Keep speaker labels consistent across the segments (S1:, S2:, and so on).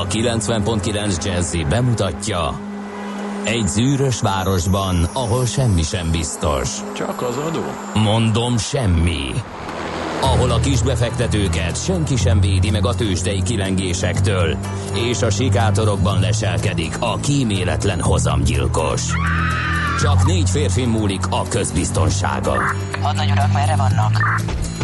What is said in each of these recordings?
S1: A 90.9 Jazzy bemutatja: egy zűrös városban, ahol semmi sem biztos.
S2: Csak az adó?
S1: Mondom, semmi. Ahol a kisbefektetőket senki sem védi meg a tőzsdei kilengésektől, és a sikátorokban leselkedik a kíméletlen hozamgyilkos. Csak 4 férfi múlik a közbiztonsága.
S3: Hadnagy urak, merre vannak?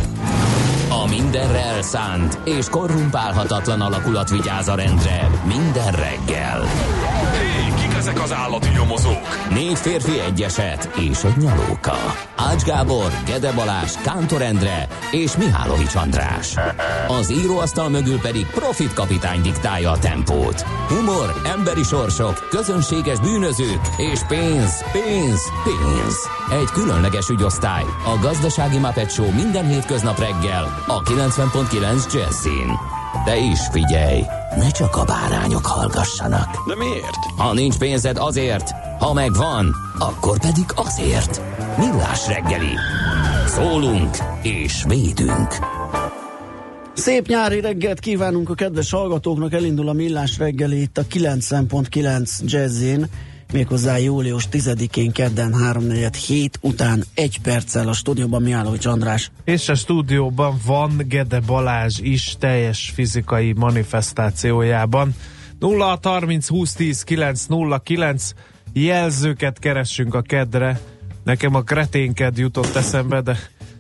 S1: A mindenre elszánt és korrumpálhatatlan alakulat vigyáz a rendre minden reggel.
S2: Hé, kik ezek az állati nyomozók?
S1: 4 férfi, egy eset és egy nyalóka. Ács Gábor, Gede Balázs, Kántor Endre és Mihálovics András. Az íróasztal mögül pedig Profit kapitány diktálja a tempót. Humor, emberi sorsok, közönséges bűnözők és pénz, pénz, pénz. Egy különleges ügyosztály, a Gazdasági Muppet Show minden hétköznap reggel a 90.9 Jazzyn. De is figyelj, ne csak a bárányok hallgassanak.
S2: De miért?
S1: Ha nincs pénzed, azért, ha megvan, akkor pedig azért. Millás reggeli. Szólunk és védünk.
S4: Szép nyári reggelt kívánunk a kedves hallgatóknak, elindul a Millás reggeli itt a 90.9 Jazzyn, méghozzá július 10-én kedden 3-4 után 1 perccel a stúdióban Mihálovics András.
S5: És a stúdióban van Gede Balázs is teljes fizikai manifestációjában. 0-30 20 10 909 jelzőket keressünk a kedre. Nekem a kreténked jutott eszembe, de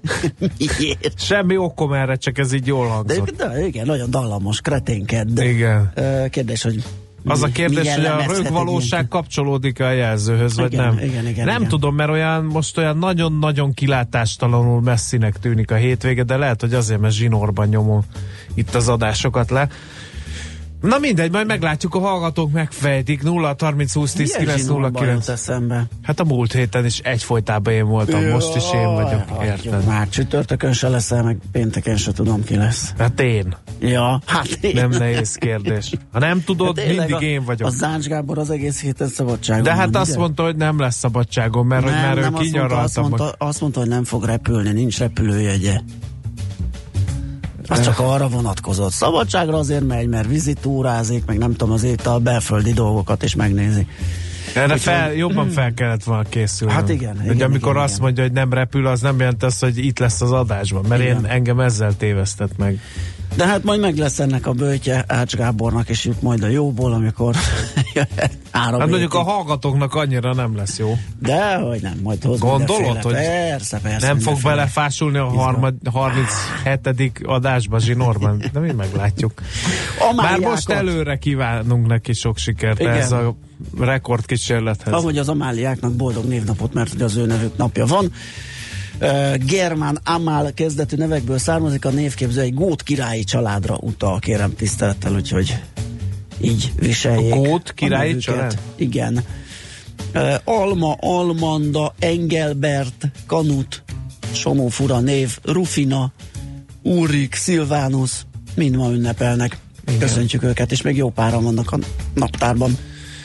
S5: semmi okom erre, csak ez így jól hangzott.
S4: De igen, nagyon dallamos kreténked.
S5: Igen.
S4: Kérdés, hogy
S5: az a kérdés, hogy a rögvalóság kapcsolódik a jelzőhöz, vagy
S4: igen,
S5: nem?
S4: Igen,
S5: nem tudom, mert most olyan nagyon-nagyon kilátástalanul messzinek tűnik a hétvége, de lehet, hogy azért, mert zsinórban nyomom itt az adásokat le. Na mindegy, majd meglátjuk, a hallgatók megfejtik. 0-30 20 10 909.
S4: Eszembe?
S5: Hát a múlt héten is egyfolytában én voltam, most is én vagyok, érted?
S4: Már csütörtökön se leszel, meg pénteken se tudom, ki lesz.
S5: Hát én.
S4: Ja, hát én.
S5: Nem nehéz kérdés. Ha nem tudod, hát mindig én vagyok.
S4: A Zács Gábor az egész héten szabadságon.
S5: De hát
S4: van,
S5: azt
S4: ugye?
S5: Mondta, hogy nem lesz szabadságon, mert hogy már ő kinyaraltam.
S4: Azt mondta, hogy nem fog repülni, nincs repülőjegye. Az csak arra vonatkozott. Szabadságra azért megy, mert vizitúrázik, meg nem tudom, azért a belföldi dolgokat is megnézi.
S5: Erre jobban fel kellett volna készülni.
S4: Hát igen.
S5: Hogy amikor azt mondja, hogy nem repül, az nem jelent azt, hogy itt lesz az adásban, mert engem ezzel tévesztett meg.
S4: De hát majd meg lesz ennek a böjtje, Ács Gábornak is jut majd a jóból, amikor
S5: hát mondjuk a hallgatóknak annyira nem lesz jó.
S4: De, hogy nem, majd hoz
S5: gondolod, hogy
S4: persze,
S5: nem fog belefásulni a 37. adásba zsinórban, de mi meglátjuk. Már most előre kívánunk neki sok sikert ez a rekordkísérlethez.
S4: Ahogy az Amáliáknak boldog névnapot, mert hogy az ő nevük napja van. Germán Amál kezdetű nevekből származik, a névképző egy gót királyi családra utal, kérem tisztelettel, úgyhogy így viseljék.
S5: A gót királyi család?
S4: Igen. Alma, Almanda, Engelbert, Kanut, somó fura név, Rufina, Ulrik, Szilvánus, mind ma ünnepelnek. Igen. Köszöntjük őket, és még jó páran vannak a naptárban.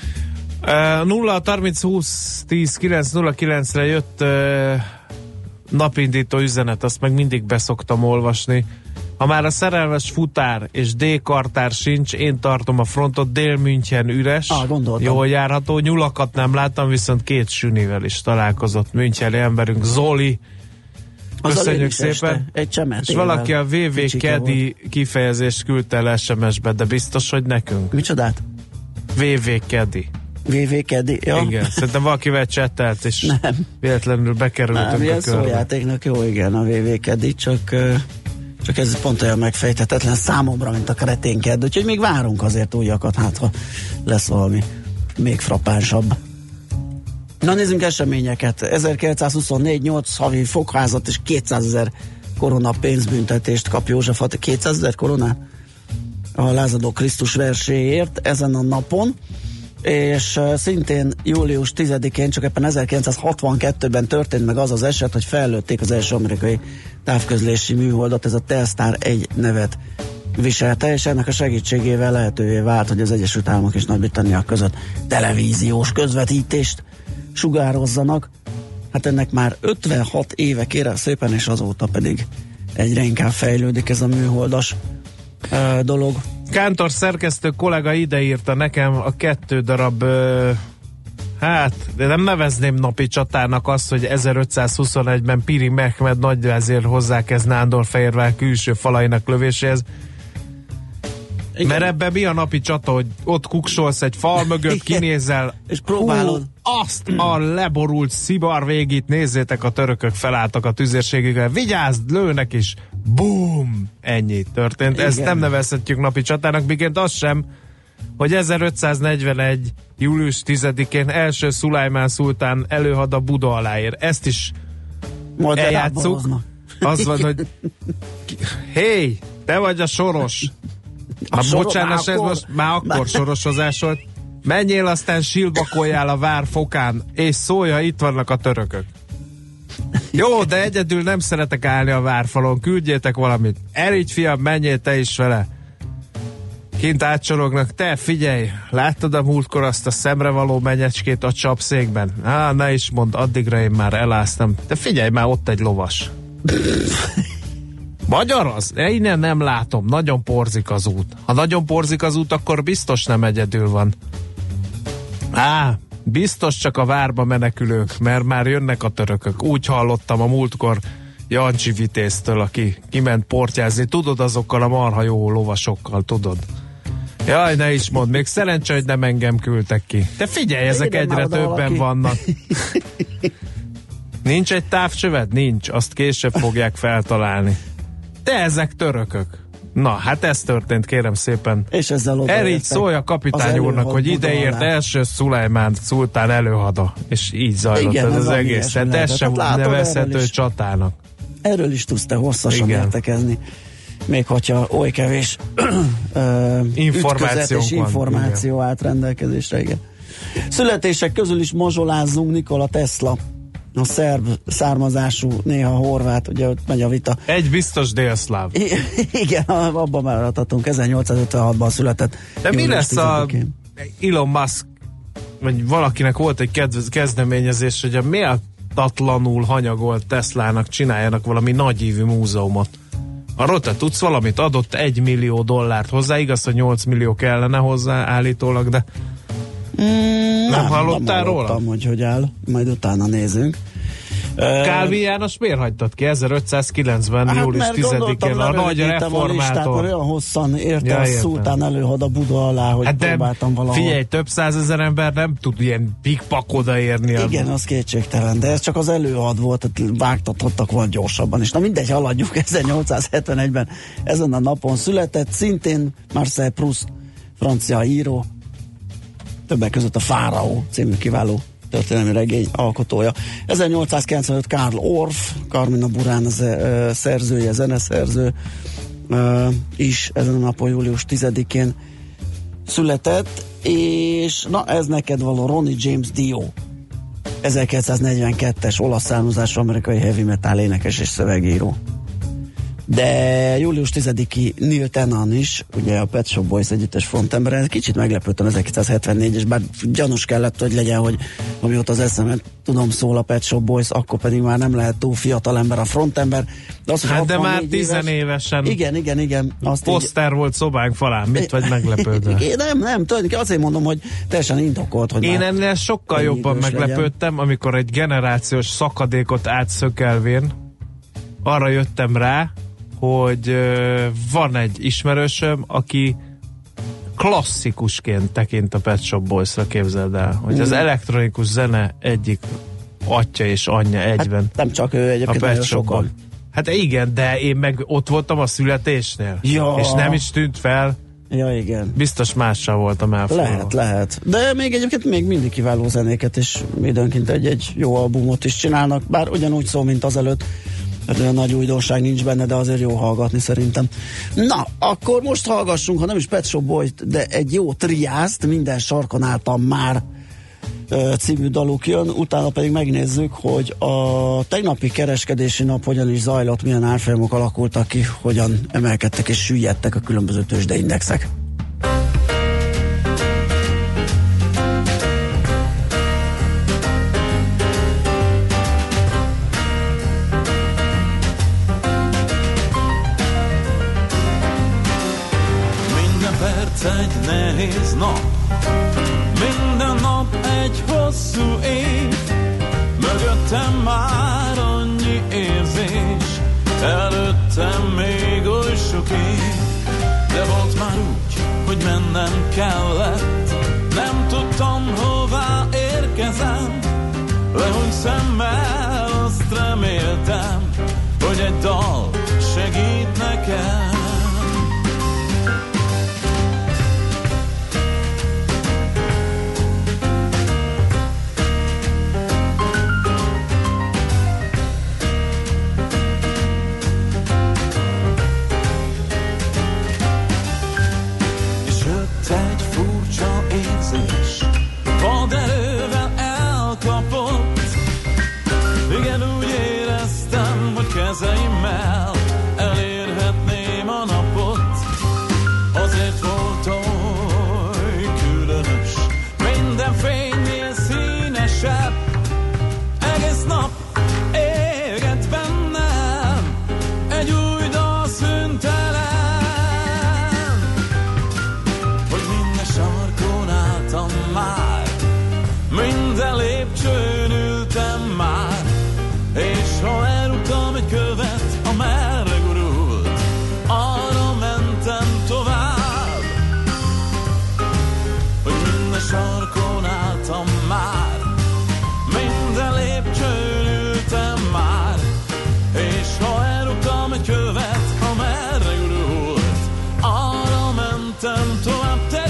S5: 0-30 20 10 909-re jött napindító üzenet, azt meg mindig beszoktam olvasni. Ha már a szerelmes futár és D-kartár sincs, én tartom a frontot, Dél-München üres, jól járható, nyulakat nem láttam, viszont 2 sünivel is találkozott müncheni emberünk, Zoli. Köszönjük szépen.
S4: Egy
S5: és valaki a VV Kedi kifejezést küldte el SMS-be, de biztos, hogy nekünk.
S4: Micsodát?
S5: VV Kedi.
S4: VV-kedi, ja.
S5: Igen, szerintem valakivel csettelt, és véletlenül bekerültünk a körbe.
S4: Szójátéknak jó, igen, a VV-kedi, csak ez pont olyan megfejthetetlen számomra, mint a kreténked, úgyhogy még várunk azért újakat, hát ha lesz valami még frappánsabb. Na nézzünk eseményeket. 1924 8 havi fogházat és 200 000 korona pénzbüntetést kap József Attila. 200 000 koronát a lázadó Krisztus verséért ezen a napon, és szintén július 10-én, csak éppen 1962-ben történt meg az az eset, hogy fellőtték az első amerikai távközlési műholdat, ez a Telstar 1 nevet viselte, és ennek a segítségével lehetővé vált, hogy az Egyesült Államok és Nagy-Britannia között televíziós közvetítést sugározzanak. Hát ennek már 56 éve, kérem szépen, és azóta pedig egyre inkább fejlődik ez a műholdas dolog.
S5: Kántor szerkesztő kollega ideírta nekem a 2 darab de nem nevezném napi csatának azt, hogy 1521-ben Piri Mehmed nagyvezér hozzákezd Nándorfehérvár külső falainak lövéséhez. Igen. Mert ebben mi a napi csata, hogy ott kuksolsz egy fal mögött, igen, kinézel,
S4: és próbálod.
S5: Azt a leborult szibar végét, nézzétek, a törökök felálltak a tüzérségükre, vigyázd, lőnek is, bum! Ennyi történt. Igen. Ezt nem nevezhetjük napi csatának, miként az sem, hogy 1541. július 10-én első Szulajmán szultán előhada Buda alá ér. Ezt is majd eljátszuk. Az van, hogy hé, te vagy a Soros. Bocsánat, ez most már akkor sorosozás volt. Menjél, aztán silbakoljál a vár fokán, és szólja, itt vannak a törökök. Jó, de egyedül nem szeretek állni a várfalon, küldjétek valamit. Erigy, fiam, menjél te is vele. Kint átsorognak, te figyelj, láttad a múltkor azt a szemrevaló menyecskét a csapszékben? Ne is mondd, addigra én már eláztam. De figyelj, már ott egy lovas. Magyar az? Innen nem látom, nagyon porzik az út. Ha nagyon porzik az út, akkor biztos nem egyedül van. Biztos csak a várba menekülők, mert már jönnek a törökök. Úgy hallottam a múltkor Jancsi Vitéztől, aki kiment portyázni. Tudod, azokkal a marha jó lovasokkal, tudod? Jaj, ne is mondd, még szerencsé, hogy nem engem küldtek ki. Te figyelj, ezek egyre többen vannak. Nincs egy távcsövet? Nincs, azt később fogják feltalálni. De ezek törökök. Na, hát ez történt, kérem szépen. És ezzel Erigy, szólj a kapitány úrnak, hogy ideért első Szulajmán szultán előhada. És így zajlott. Igen, ez az egész. Tehát ez sem nevezhető csatának. Erről is tudsz te hosszasan értekezni. Még hogyha oly kevés információ állt rendelkezésre. Igen. Születések közül is mazsolázzunk. Nikola Tesla, a szerb származású, néha horvát, ugye ott megy a vita. Egy biztos délszláv. Igen, abban már adhatunk. 1856-ban született. De mi lesz 10-én. Elon Musk, vagy valakinek volt egy kezdeményezés, hogy a méltatlanul hanyagolt Teslának csináljanak valami nagyívű múzeumot. Arról te tudsz valamit? Adott $1 millió hozzá, igaz, hogy 8 millió kellene hozzá állítólag, de nem hallottál róla? Hogy áll, majd utána nézünk. Kálvin János miért hagytad ki? 1509-ben, július 10-én a nagy reformátor. Olyan hosszan érte a szultán előhada Buda alá, hogy próbáltam valahol. Figyelj, több százezer ember nem tud ilyen pikpak odaérni. Igen, az kétségtelen, de ez csak az előhad volt, vágtathattak volna gyorsabban is. Na mindegy, haladjuk. 1871-ben ezen a napon született, szintén Marcel Proust, francia író, többek között a Fáraó című kiváló történelmi regény alkotója. 1895 Karl Orff, Carmina Burana szerzője, zeneszerző is ezen a napon, július 10-én született, és na ez neked való, Ronnie James Dio, 1942-es olasz származású amerikai heavy metal énekes és szövegíró. De július 10-i Neil Tennant is, ugye a Pet Shop Boys együttes frontember, kicsit meglepődtem 1974, és bár gyanús kellett, hogy legyen, hogy amióta az eszemet tudom szól a Pet Shop Boys, akkor pedig már nem lehet túl fiatal ember a frontember. De, az, hát de már 10 évesen. Igen. Poszter volt szobánk falán, mit vagy meglepődve? Nem, tulajdonképpen azért mondom, hogy teljesen indokolt, hogy én ennél sokkal jobban meglepődtem, legyen. Amikor egy generációs szakadékot átszökelvén arra jöttem rá, hogy van egy ismerősöm, aki klasszikusként tekint a Pet Shop Boys-ra, képzeld el, hogy az elektronikus zene egyik atya és anyja egyben. Hát nem csak ő, egyébként nagyon sokan. Hát igen, de én meg ott voltam a születésnél, és nem is tűnt fel. Ja, igen. Biztos mással voltam elfogadva. Lehet. De még egyébként még mindig kiváló zenéket, és időnként egy jó albumot is csinálnak, bár ugyanúgy szól, mint azelőtt. Olyan nagy újdonság nincs benne, de azért jó hallgatni szerintem. Na, akkor most hallgassunk, ha nem is Pet Shop Boys-t, de egy jó triászt, minden sarkon álltam már című daluk jön, utána pedig megnézzük, hogy a tegnapi kereskedési nap hogyan is zajlott, milyen árfolyamok alakultak ki, hogyan emelkedtek és süllyedtek a különböző tőzsdeindexek.
S6: perc egy nehéz nap, minden nap egy hosszú év, mögöttem már annyi érzés, előttem még oly sok év. De volt már úgy, hogy mennem kellett, nem tudtam hová érkezem, lehúny szemmel azt reméltem, hogy egy dal segít nekem. Kezeimmel elérhetném a napot, azért volt oly különös, minden fénynél színesebb, egész nap éget bennem egy új dal szüntelen, hogy minden sarkon álltam már, minden lépcsőn ültem már, és ha elrúgtam egy követ, amerre gurult, arra mentem tovább, hogy minden sarkon álltam már, minden lépcsőn ültem már, és ha elrúgtam egy követ, amerre gurult, arra mentem tovább.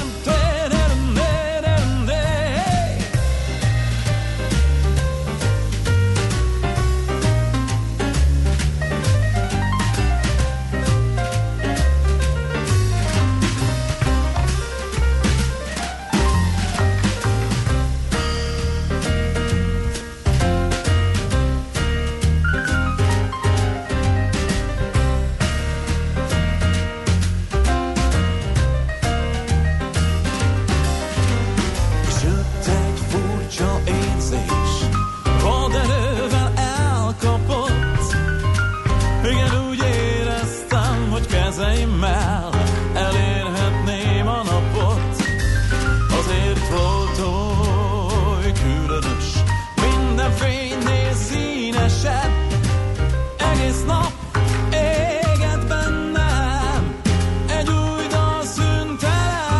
S6: Elérhetném a napot, azért volt oly különös, minden fénynél színesebb, egész nap éget bennem egy új dal szüntelen,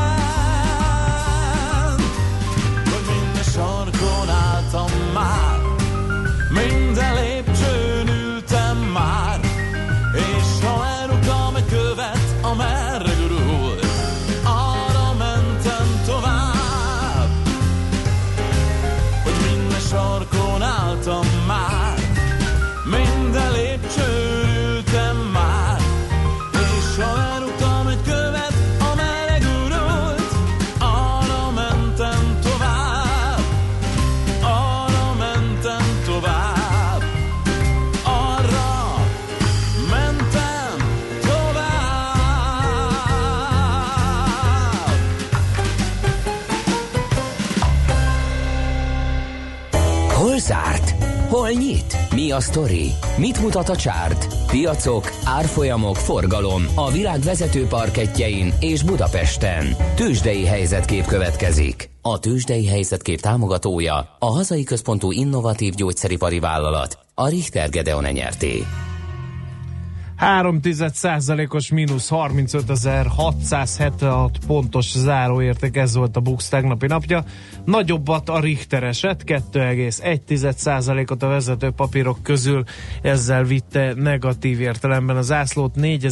S6: hogy minden sarkon álltam már, minden lépcsőn ültem már, és ha elrúgtam egy követ, amerre gurult, arra mentem tovább, hogy minden sarkon álltam már, minden lépcsőn ültem már, és ha elrúgtam egy követ, amerre gurult, arra mentem tovább, arra mentem tovább, arra mentem tovább.
S1: Hol zárt? Hol nyit? Mi a sztori? Mit mutat a csárt? Piacok, árfolyamok, forgalom a világ vezető parkettjein és Budapesten. Tőzsdei helyzetkép következik. A Tőzsdei helyzetkép támogatója a hazai központú innovatív gyógyszeripari vállalat, a Richter Gedeon Nyrt.
S5: 3,1%-os mínusz, 35.676 pontos záróérték, ez volt a BUX tegnapi napja. Nagyobbat a Richter eset, 2,1%-ot a vezető papírok közül, ezzel vitte negatív értelemben a zászlót,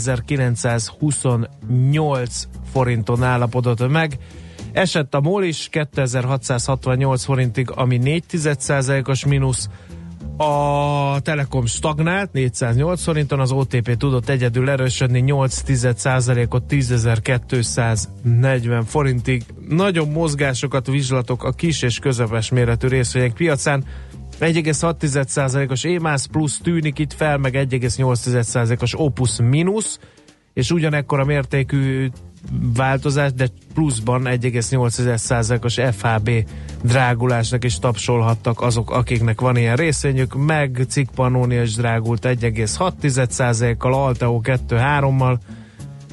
S5: 4928 forinton állapodott meg. Esett a MOL is 2668 forintig, ami 4,1%-os mínusz. A Telekom stagnált 408 forinton, az OTP tudott egyedül erősödni 8,1%-ot 10.240 forintig. Nagyobb mozgásokat vizslatok a kis és közepes méretű részvények piacán. 1,6%-os EMAS plusz tűnik itt fel, meg 1,8%-os Opus mínusz, és ugyanekkor a mértékű változás, de pluszban 1,8%-os FHB drágulásnak is tapsolhattak azok, akiknek van ilyen részvényük, meg Cikk Pannonia is drágult 1,6%-kal, Alteo 2,3-mal,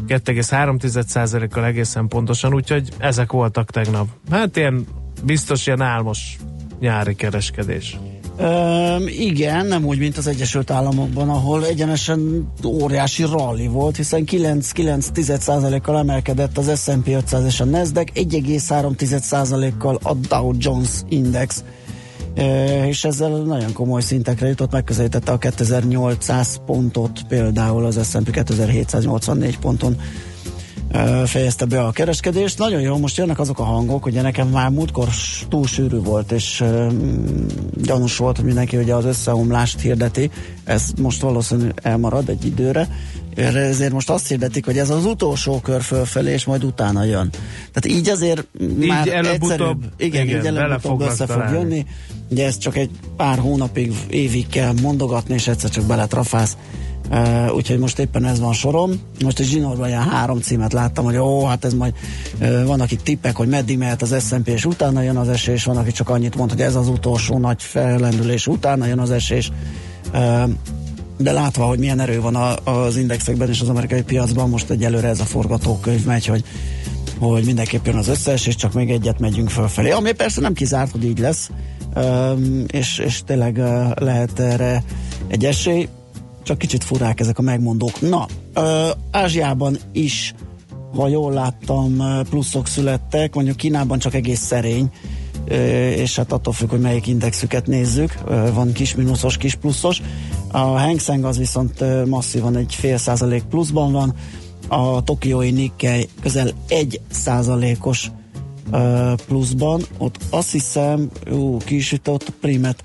S5: 2,3%-kal egészen pontosan, úgyhogy ezek voltak tegnap. Hát biztos ilyen álmos nyári kereskedés.
S4: Igen, nem úgy, mint az Egyesült Államokban, ahol egyenesen óriási rally volt, hiszen 9,9%-kal emelkedett az S&P 500 és a Nasdaq, 1,3%-kal a Dow Jones Index, és ezzel nagyon komoly szintekre jutott, megközelítette a 2800 pontot, például az S&P 2784 ponton fejezte be a kereskedést. Nagyon jó, most jönnek azok a hangok, ugye nekem már múltkor túl sűrű volt, és gyanús volt, hogy mindenki ugye az összeomlást hirdeti, ez most valószínűleg elmarad egy időre, ezért most azt hirdetik, hogy ez az utolsó kör fölfelé, és majd utána jön. Tehát így azért
S5: így
S4: már
S5: előbb-utóbb,
S4: igen, így előbb-utóbb össze fog jönni. Ugye ez csak egy pár hónapig, évig kell mondogatni, és egyszer csak beletrafálsz. Úgyhogy most éppen ez van sorom. Most a zsinórban ilyen 3 címet láttam, hogy hát ez majd vannak itt tippek, hogy meddig mehet az S&P, és utána jön az esés, van, aki csak annyit mond, hogy ez az utolsó nagy fellendülés, utána jön az esés. De látva, hogy milyen erő van az indexekben és az amerikai piacban, most egyelőre ez a forgatókönyv megy, hogy mindenképp jön az összeesés, csak még egyet megyünk fölfelé. Ami persze nem kizárt, hogy így lesz, és tényleg lehet erre egy esély, csak kicsit furák ezek a megmondók. Na, Ázsiában is, ha jól láttam, pluszok születtek, mondjuk Kínában csak egész szerény, és hát attól függ, hogy melyik indexüket nézzük, van kis mínuszos, kis pluszos. A Hang Seng az viszont masszívan 0,5% pluszban van, a tokiói Nikkei közel 1%-os pluszban, ott azt hiszem, ki is ott a primet,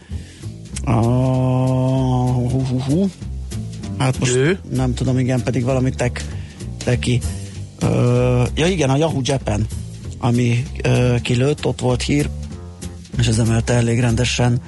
S4: hát most nem tudom, igen, pedig valami teki. Ja igen, a Yahoo Japan, ami kilőtt, ott volt hír, és ez emelte elég rendesen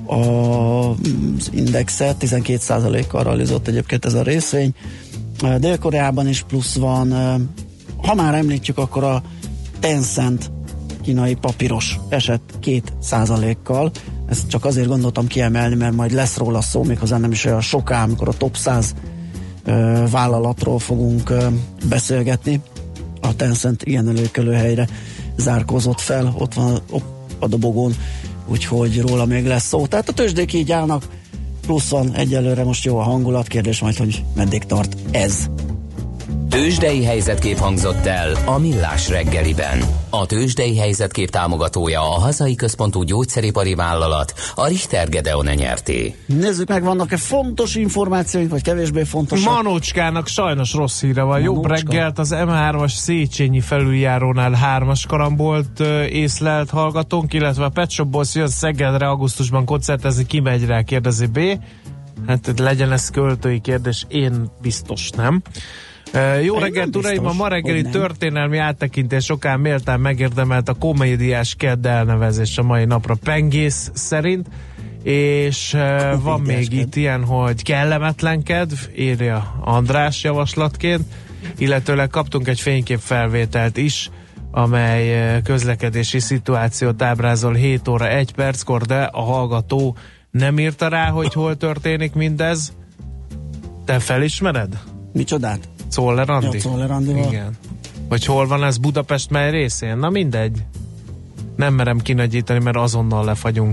S4: az indexet, 12%-kal realizott egyébként ez a részvény. Dél-Koreában is plusz van. Ha már említjük, akkor a Tencent kínai papíros esett 2%-kal. Ezt csak azért gondoltam kiemelni, mert majd lesz róla szó, méghozzá nem is olyan soká, amikor a top 100 vállalatról fogunk beszélgetni. A Tencent ilyen előkelő helyre zárkózott fel, ott van a dobogón, úgyhogy róla még lesz szó. Tehát a tőzsdék így állnak, plusz van egyelőre, most jó a hangulat, kérdés majd, hogy meddig tart ez.
S1: Tőzsdei helyzetkép hangzott el a Millás reggeliben. A tőzsdei helyzetkép támogatója a hazai központú gyógyszeripari vállalat, a Richter Gedeon nyerté.
S4: Nézzük meg, vannak-e fontos információink, vagy kevésbé fontosak?
S5: Manócskának sajnos rossz híre van. Jobb reggelt, az M3-as Széchenyi felüljárónál 3-as karambolt észlelt hallgatónk, illetve a Pet Shopból jön Szegedre augusztusban koncertezni, ki megy rá, kérdezi B. Hát legyen ez költői kérdés, én biztos nem. Jó reggelt, uraim! A ma reggeli történelmi áttekintés okán méltán megérdemelt a komédiás kedd elnevezés a mai napra Pengész szerint, és van még itt ilyen, hogy kellemetlen kedv, írja András javaslatként, illetőleg kaptunk egy fényképfelvételt is, amely közlekedési szituációt ábrázol 7 óra 1 perckor, de a hallgató nem írta rá, hogy hol történik mindez. Te felismered?
S4: Micsodát?
S5: Czoller Andi?
S4: Ja, Czoller Andival.
S5: Igen. Vagy hol van ez Budapest mely részén? Na mindegy. Nem merem kinagyítani, mert azonnal lefagyunk.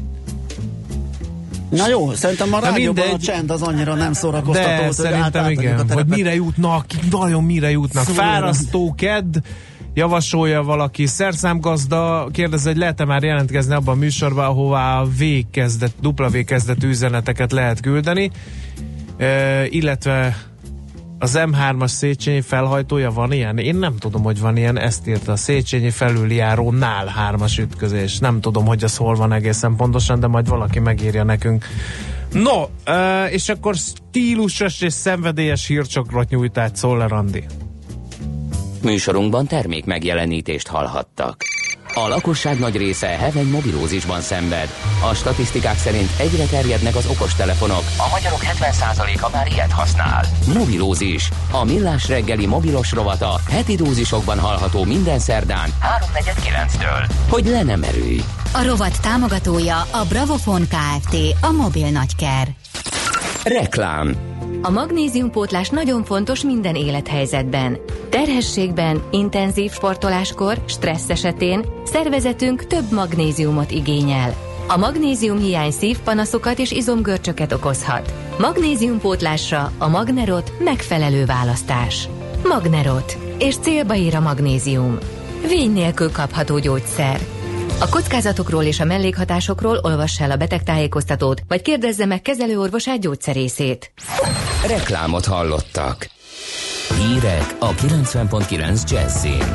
S4: Na jó, szerintem a rádióban a csend az annyira nem szórakoztató.
S5: De szerintem igen, hogy mire jutnak, vajon mire jutnak. Fárasztó kedd, javasolja valaki. Szerszámgazda kérdezi, hogy lehet-e már jelentkezni abban a műsorban, ahová a W kezdetű üzeneteket lehet küldeni, illetve az M3-as Széchenyi felhajtója van ilyen? Én nem tudom, hogy van ilyen, ezt írta a Széchenyi felüljárónál 3-as ütközés. Nem tudom, hogy az hol van egészen pontosan, de majd valaki megírja nekünk. No, és akkor stílusos és szenvedélyes hírcsokrot nyújt át Czoller Andi.
S1: Műsorunkban termék megjelenítést hallhattak. A lakosság nagy része heveny mobilózisban szenved. A statisztikák szerint egyre terjednek az okostelefonok. A magyarok 70%-a már ilyet használ. Mobilózis. A Millás reggeli mobilos rovata heti dózisokban hallható minden szerdán 3:49-től. Hogy le nem erőj.
S7: A rovat támogatója a Bravofon Kft. A mobil nagyker.
S1: Reklám.
S7: A magnéziumpótlás nagyon fontos minden élethelyzetben. Terhességben, intenzív sportoláskor, stressz esetén szervezetünk több magnéziumot igényel. A magnéziumhiány szívpanaszokat és izomgörcsöket okozhat. Magnéziumpótlásra a Magnerot megfelelő választás. Magnerot. És célba ír a magnézium. Vény nélkül kapható gyógyszer. A kockázatokról és a mellékhatásokról olvass el a betegtájékoztatót, vagy kérdezze meg kezelőorvosát, gyógyszerészét.
S1: Reklámot hallottak. Hírek a 90.9 Jazzin.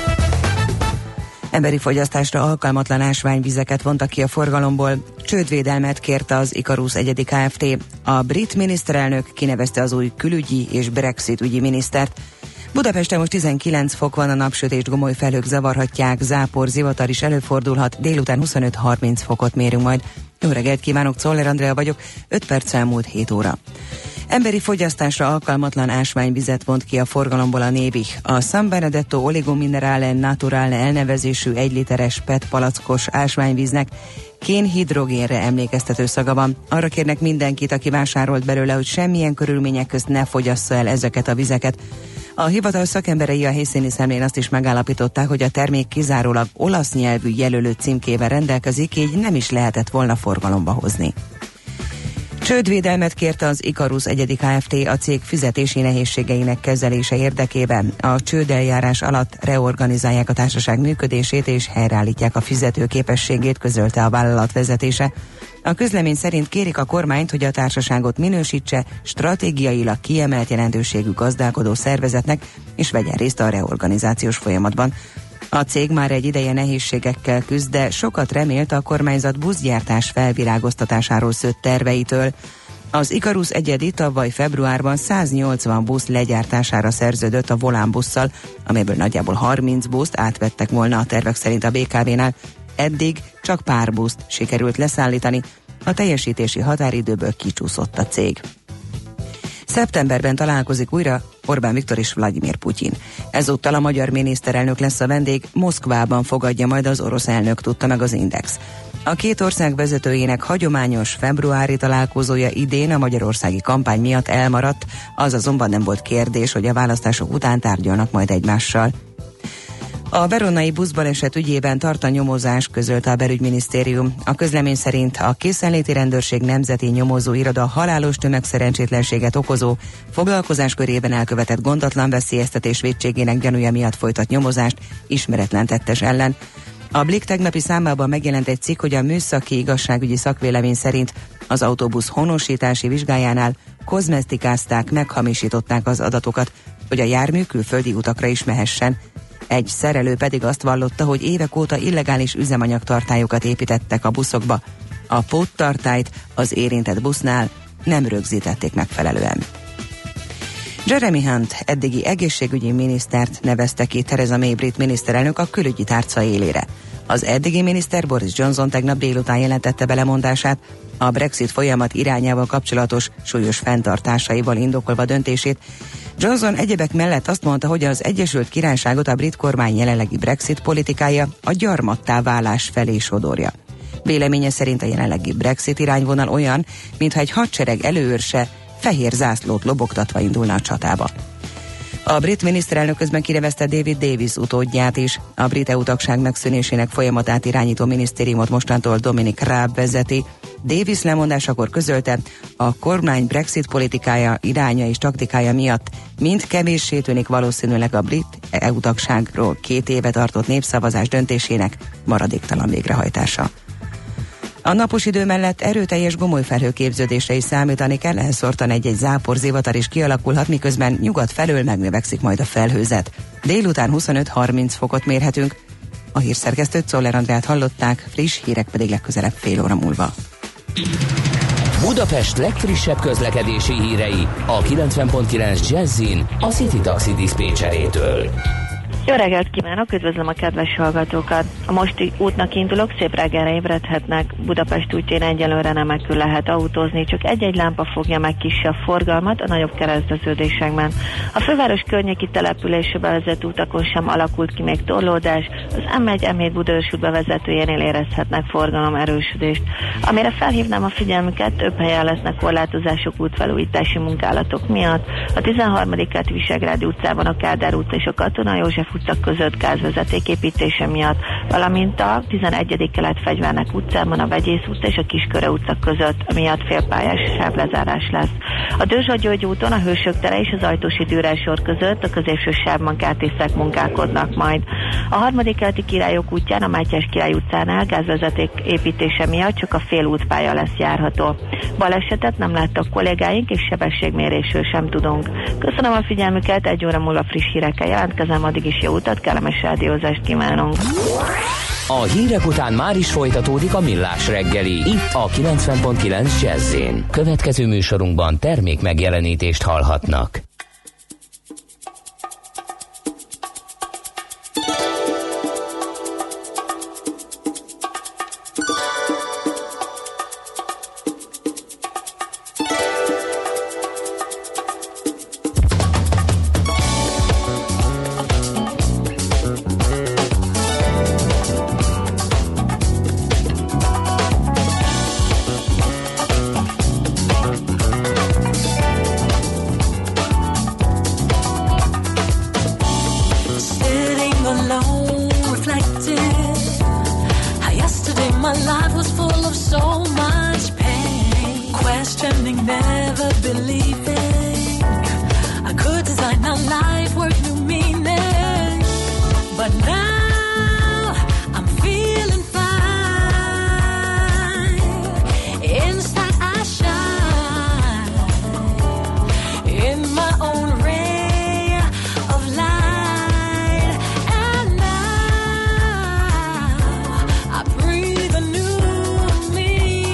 S8: Emberi fogyasztásra alkalmatlan ásványvizeket vontak ki a forgalomból, csődvédelmet kérte az Icarus egyedi Kft. A brit miniszterelnök kinevezte az új külügyi és Brexit ügyi minisztert. Budapesten most 19 fok van, a napsütést gomoly felhők zavarhatják, zápor, zivatar is előfordulhat, délután 25-30 fokot mérünk majd. Jó reggelt kívánok, Czoller Andrea vagyok, 5 perc elmúlt 7 óra. Emberi fogyasztásra alkalmatlan ásványvizet vont ki a forgalomból a Nébih. A San Benedetto Oligominerale Naturale elnevezésű 1 literes PET palackos ásványvíznek kén-hidrogénre emlékeztető szaga van. Arra kérnek mindenkit, aki vásárolt belőle, hogy semmilyen körülmények közt ne fogyassza el ezeket a vizeket. A hivatal szakemberei a helyszíni szemlén azt is megállapították, hogy a termék kizárólag olasz nyelvű jelölő címkével rendelkezik, így nem is lehetett volna forgalomba hozni. Csődvédelmet kérte az Icarus egyedi Kft. A cég fizetési nehézségeinek kezelése érdekében. A csődeljárás alatt reorganizálják a társaság működését és helyreállítják a fizetőképességét, közölte a vállalat vezetése. A közlemény szerint kérik a kormányt, hogy a társaságot minősítse stratégiailag kiemelt jelentőségű gazdálkodó szervezetnek, és vegyen részt a reorganizációs folyamatban. A cég már egy ideje nehézségekkel küzd, de sokat remélt a kormányzat buszgyártás felvirágoztatásáról szőtt terveitől. Az Icarus egyedi tavaly februárban 180 busz legyártására szerződött a Volán busszal, amelyből nagyjából 30 buszt átvettek volna a tervek szerint a BKV-nál. Eddig csak pár buszt sikerült leszállítani, a teljesítési határidőből kicsúszott a cég. Szeptemberben találkozik újra Orbán Viktor és Vladimir Putyin. Ezúttal a magyar miniszterelnök lesz a vendég, Moszkvában fogadja majd az orosz elnök, tudta meg az Index. A két ország vezetőjének hagyományos februári találkozója idén a magyarországi kampány miatt elmaradt, az azonban nem volt kérdés, hogy a választások után tárgyalnak majd egymással. A veronai buszbaleset ügyében tart a nyomozás, közölte a belügyminisztérium. A közlemény szerint a készenléti rendőrség nemzeti nyomozó iroda halálos tömegszerencsétlenséget okozó foglalkozás körében elkövetett gondatlan veszélyeztetés vétségének gyanúja miatt folytat nyomozást ismeretlen tettes ellen. A Blik tegnapi számában megjelent egy cikk, hogy a műszaki igazságügyi szakvélemény szerint az autóbusz honosítási vizsgájánál kozmetikázták, meghamisították az adatokat, hogy a jármű külföldi utakra is mehessen. Egy szerelő pedig azt vallotta, hogy évek óta illegális üzemanyagtartályokat építettek a buszokba. A póttartályt az érintett busznál nem rögzítették megfelelően. Jeremy Hunt eddigi egészségügyi minisztert nevezte ki Theresa May brit miniszterelnök a külügyi tárca élére. Az eddigi miniszter Boris Johnson tegnap délután jelentette be lemondását, a Brexit folyamat irányával kapcsolatos súlyos fenntartásaival indokolva döntését. Johnson egyebek mellett azt mondta, hogy az Egyesült Királyságot a brit kormány jelenlegi Brexit politikája a gyarmattá válás felé sodorja. Véleménye szerint a jelenlegi Brexit irányvonal olyan, mintha egy hadsereg előőrse fehér zászlót lobogtatva indulna a csatába. A brit miniszterelnök közben kinevezte David Davis utódját is. A brit EU tagság megszűnésének folyamatát irányító minisztériumot mostantól Dominic Raab vezeti. Davis lemondásakor közölte, a kormány Brexit politikája, iránya és taktikája miatt mind kevéssé tűnik valószínűleg a brit EU tagságról 2 éve tartott népszavazás döntésének maradéktalan végrehajtása. A napos idő mellett erőteljes gomolyfelhő képződésre is számítani kell, elszórtan egy-egy zápor, zivatar is kialakulhat, miközben nyugat felől megnövekszik majd a felhőzet. Délután 25-30 fokot mérhetünk. A hírszerkesztőt, Czoller Andrát hallották, friss hírek pedig legközelebb fél óra múlva.
S1: Budapest legfrissebb közlekedési hírei a 90.9 Jazzin a City Taxi diszpécserétől.
S9: Jó reggelt kívánok, üdvözlöm a kedves hallgatókat! A mosti útnak indulók szép reggelre ébredhetnek. Budapest útján egyelőre remekül lehet autózni, csak egy-egy lámpa fogja meg kisebb forgalmat a nagyobb kereszteződésekben. A főváros környéki településre bevezető utakon sem alakult ki még torlódás, az M1-M7 Budaörsi út bevezetőjénél érezhetnek forgalom erősödést. Amire felhívnám a figyelmüket, több helyen lesznek korlátozások útfelújítási munkálatok miatt. A 13. kerületi Visegrádi utcában a Kádár utca és a Katona József utca között gázvezeték építése miatt, valamint a 11. kelet-Fegyvernek utcában a Vegyész utca és a Kisköre utca között miatt félpályás sávlezárás lesz. A Dőzsa-György úton a Hősök tere és az Ajtósi Dürer sor között a középső sávban kártészek munkálkodnak majd. A 3. keleti Királyok útján a Mátyás Király utcánál gázvezeték építése miatt csak a fél útpálya lesz járható. Balesetet nem láttak kollégáink, és sebességmérésről sem tudunk. Köszönöm a figyelmüket, 1 óra múlva friss hírekkel jelentkezem, addig is jó utat, kellemes rádiózást kívánunk.
S1: A hírek után már is folytatódik a Millás reggeli, itt a 90.9 Jazz-én. Következő műsorunkban termék megjelenítést hallhatnak.
S10: Me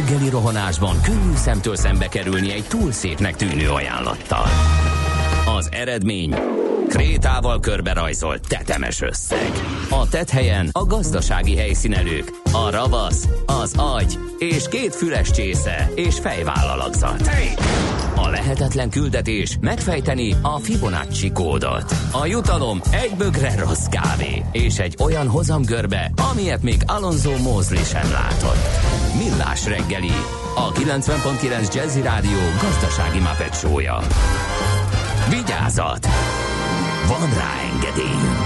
S1: reggeli rohanásban könnyű szemtől szembe kerülni egy túl szépnek tűnő ajánlattal. Az eredmény krétával körberajzolt tetemes összeg. A tetthelyen a gazdasági helyszínelők, a ravasz, az agy és 2 füles csésze és fejvállalakzat. A lehetetlen küldetés megfejteni a Fibonacci kódot. A jutalom egy bögre rossz kávé és egy olyan hozamgörbe, amilyet még Alonso Mosley sem látott. Millás reggeli, a 90.9 Jazzy Rádió gazdasági Muppet show-ja. Vigyázat! Van rá engedélyünk!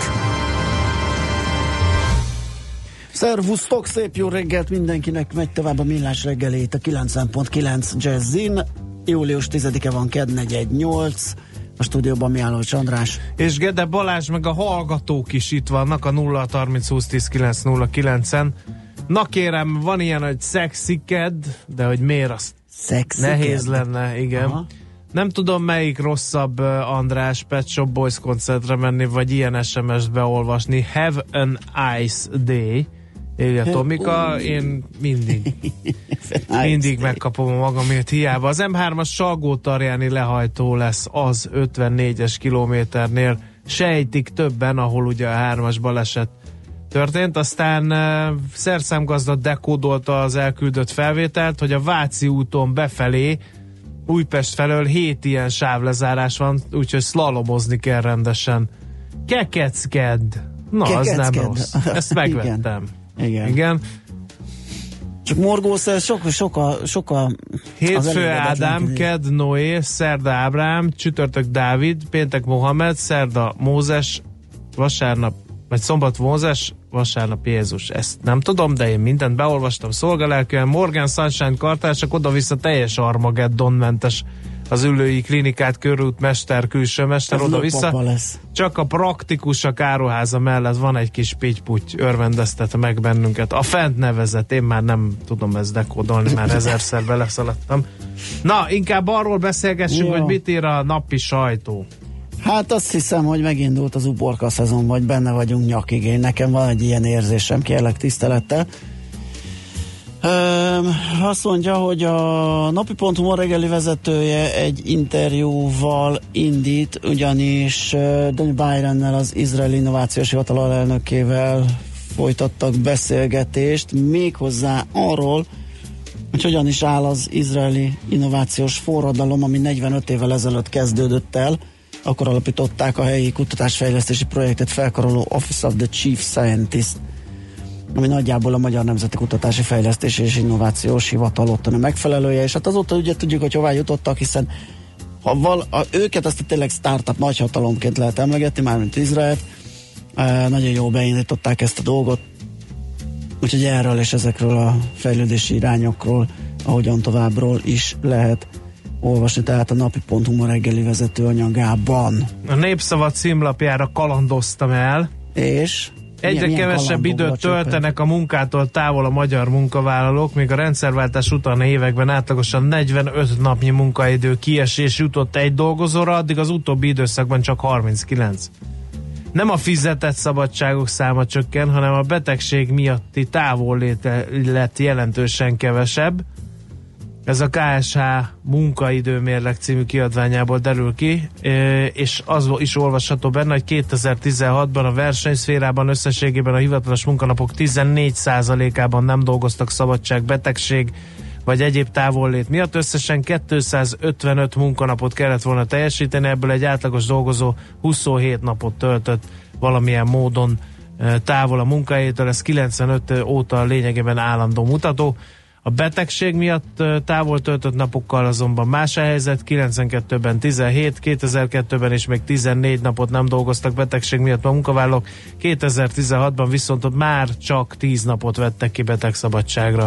S4: Szervusztok, szép jó reggelt mindenkinek, megy tovább a Millás reggelét a 90.9 Jazzin. Július 10-e van, kedd 418. A stúdióban Mihálovics András.
S5: És Gede Balázs, meg a hallgatók is itt vannak a 0-30-20-10-9-09-en. Na kérem, van ilyen, hogy sexy kedd, de hogy miért, azt
S4: sexy
S5: nehéz
S4: kedd?
S5: lenne, igen. Aha. Nem tudom, melyik rosszabb, András, Pet Shop Boys koncertre menni, vagy ilyen SMS-t beolvasni. Have an Ice Day. Írja Tomika, én mindig megkapom a magamért hiába. Az M3-as Salgótarjáni lehajtó lesz az 54-es kilométernél. Sejtik többen, ahol ugye a 3-as baleset történt. Aztán szerszámgazda dekódolta az elküldött felvételt, hogy a Váci úton befelé Újpest felől 7 ilyen sávlezárás van, úgyhogy szlalomozni kell rendesen. Kekeckedj! Na, az nem rossz. Ezt megvettem. Igen.
S4: Csak morgószer, sok a
S5: hétfő Ádám, kedd Noé, szerda Ábrám, csütörtök Dávid, péntek Mohamed, szerda Mózes, vasárnap, vagy szombat Mózes, vasárnap Jézus. Ezt nem tudom, de én mindent beolvastam szolgalelkűen. Morgan Sunshine kartársak, oda-vissza teljes Armageddon-mentes az ülői klinikát, körút, mester, külső mester, oda-vissza. Csak a praktikus a Károháza mellett van egy kis pitty-putty, örvendeztet meg bennünket. A fent nevezett, én már nem tudom ezt dekódolni, már 1000-szer beleszaladtam. Na, inkább arról beszélgessünk, hogy mit ír a napi sajtó.
S4: Hát azt hiszem, hogy megindult az uborka szezon, vagy benne vagyunk nyakig. Én nekem van egy ilyen érzésem, kérlek tisztelettel. Azt mondja, hogy a napi.hu ma reggeli vezetője egy interjúval indít, ugyanis Danny Byrannel, az izraeli innovációs hivatal alelnökével folytattak beszélgetést, méghozzá arról, hogy hogyan is áll az izraeli innovációs forradalom, ami 45 évvel ezelőtt kezdődött el. Akkor alapították a helyi kutatásfejlesztési projektet felkaroló Office of the Chief Scientist, ami nagyjából a Magyar Nemzeti Kutatási Fejlesztési és Innovációs Hivatal ottani megfelelője, és hát azóta ugye tudjuk, hogy hová jutottak, hiszen őket azt tényleg startup nagyhatalomként lehet emlegetni, mármint Izraelt, nagyon jól beindították ezt a dolgot, úgyhogy erről és ezekről a fejlődési irányokról, ahogyan továbbról is lehet olvasni, tehát a napi.hu ma reggeli vezető anyagában.
S5: A Népszava címlapjára kalandoztam el,
S4: és
S5: egyre kevesebb időt töltenek a munkától távol a magyar munkavállalók, még a rendszerváltás utáni években átlagosan 45 napnyi munkaidő kiesés jutott egy dolgozóra, addig az utóbbi időszakban csak 39. Nem a fizetett szabadságok száma csökken, hanem a betegség miatti távollét lett jelentősen kevesebb. Ez a KSH munkaidőmérleg című kiadványából derül ki, és az is olvasható benne, hogy 2016-ban a versenyszférában összességében a hivatalos munkanapok 14%-ában nem dolgoztak szabadság, betegség vagy egyéb távollét miatt. Összesen 255 munkanapot kellett volna teljesíteni, ebből egy átlagos dolgozó 27 napot töltött valamilyen módon távol a munkahelyétől, ez 95 óta lényegében állandó mutató. A betegség miatt távol töltött napokkal azonban más a helyzet, 92-ben 17, 2002-ben is még 14 napot nem dolgoztak betegség miatt a munkavállalók, 2016-ban viszont ott már csak 10 napot vettek ki betegszabadságra.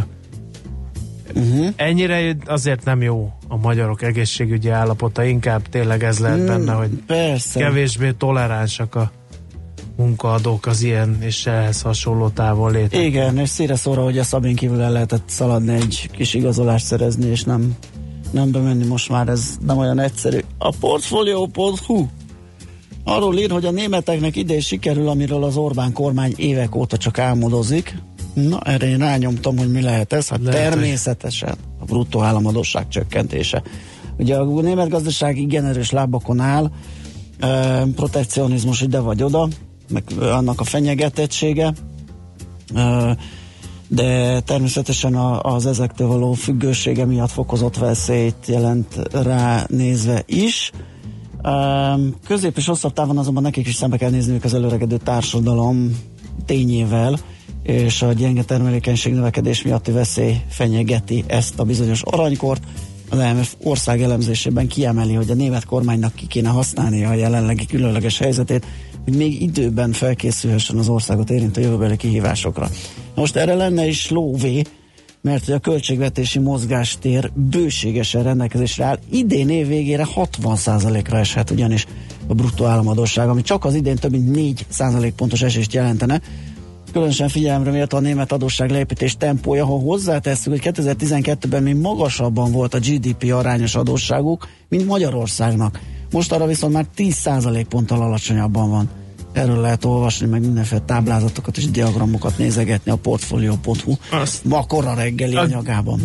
S5: Ennyire azért nem jó a magyarok egészségügyi állapota, inkább tényleg ez lehet benne, hogy kevésbé toleránsak a munkaadók az ilyen és ehhez hasonló távol létek.
S4: Igen, és szíre szóra, hogy a Szabin kívül el lehetett szaladni, egy kis igazolást szerezni, és nem bemenni, most már ez nem olyan egyszerű. A Portfolio.hu arról ír, hogy a németeknek idén sikerül, amiről az Orbán kormány évek óta csak álmodozik. Na, erre én rányomtam, hogy mi lehet ez. Hát
S5: lehet,
S4: természetesen a bruttó államadósság csökkentése. Ugye a német gazdaság igen erős lábakon áll, protekcionizmus ide vagy oda, meg annak a fenyegetettsége, de természetesen az ezektől való függősége miatt fokozott veszélyt jelent rá nézve is. Közép és hosszabb távon azonban nekik is szembe kell nézniük az előregedő társadalom tényével, és a gyenge termelékenység növekedés miatti veszély fenyegeti ezt a bizonyos aranykort. Az IMF ország elemzésében kiemeli, hogy a német kormánynak ki kéne használnia a jelenlegi különleges helyzetét, hogy még időben felkészülhessen az országot érintő jövőbeli kihívásokra. Most erre lenne is lóvé, mert hogy a költségvetési mozgástér bőségesen rendelkezésre áll. Idén év végére 60%-ra eshet ugyanis a bruttó államadósság, ami csak az idén több mint 4% pontos esést jelentene. Különösen figyelemre méltó a német adósság leépítés tempója, ha hozzátesszük, hogy 2012-ben még magasabban volt a GDP arányos adósságuk, mint Magyarországnak. Most arra viszont már 10% ponttal alacsonyabban van. Erről lehet olvasni, meg mindenféle táblázatokat és diagramokat nézegetni a portfolio.hu ma korra reggeli anyagában.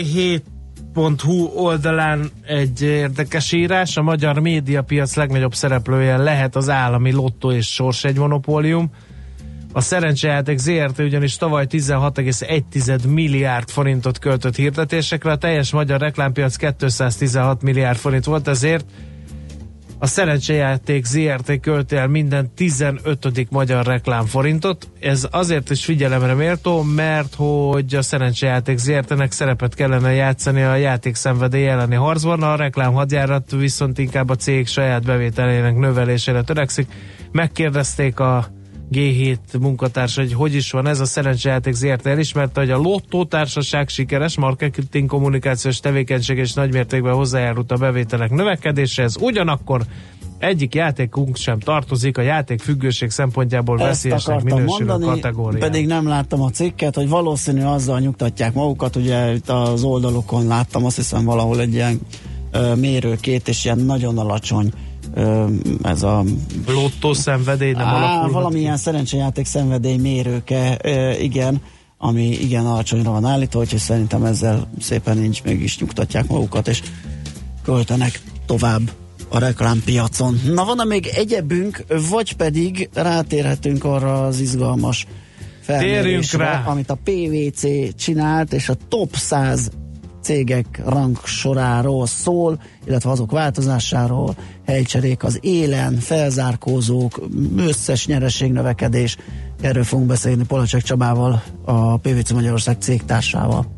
S5: G7.hu oldalán egy érdekes írás, a magyar médiapiac legnagyobb szereplője lehet az állami lottó és sorsegy monopólium. A szerencsejáték ZRT ugyanis tavaly 16,1 milliárd forintot költött hirdetésekre, a teljes magyar reklámpiac 216 milliárd forint volt, ezért a szerencsejáték ZRT költi el minden 15. magyar reklámforintot. Ez azért is figyelemre méltó, mert hogy a szerencsejáték ZRT-nek szerepet kellene játszani a játékszenvedély elleni harcban, a reklámhadjárat viszont inkább a cég saját bevételének növelésére törekszik. Megkérdezték a G7 munkatársa, hogy is van ez, a szerencsejáték ZRT elismerte, hogy a Lottó társaság sikeres marketing kommunikációs tevékenység és nagymértékben hozzájárult a bevételek növekedéséhez, ugyanakkor egyik játékunk sem tartozik a játékfüggőség szempontjából veszélyesnek minősülő kategóriába.
S4: Pedig nem láttam a cikket, hogy valószínű azzal nyugtatják magukat, ugye itt az oldalukon láttam, azt hiszem valahol egy ilyen mérőkét, és ilyen nagyon alacsony ez a
S5: lottó szenvedély nem alakulhat.
S4: Valamilyen szerencsejáték szenvedély mérőke, igen, ami igen alacsonyra van állítva, úgyhogy szerintem ezzel szépen nincs, mégis nyugtatják magukat, és költenek tovább a reklámpiacon. Na, van még egyebünk, vagy pedig rátérhetünk arra az izgalmas felmérésre, amit a PwC csinált, és a top 100 cégek rangsoráról szól, illetve azok változásáról, helycserék az élen, felzárkózók, összes nyereségnövekedés. Erről fogunk beszélni Polacsek Csabával, a PwC Magyarország cégtársával.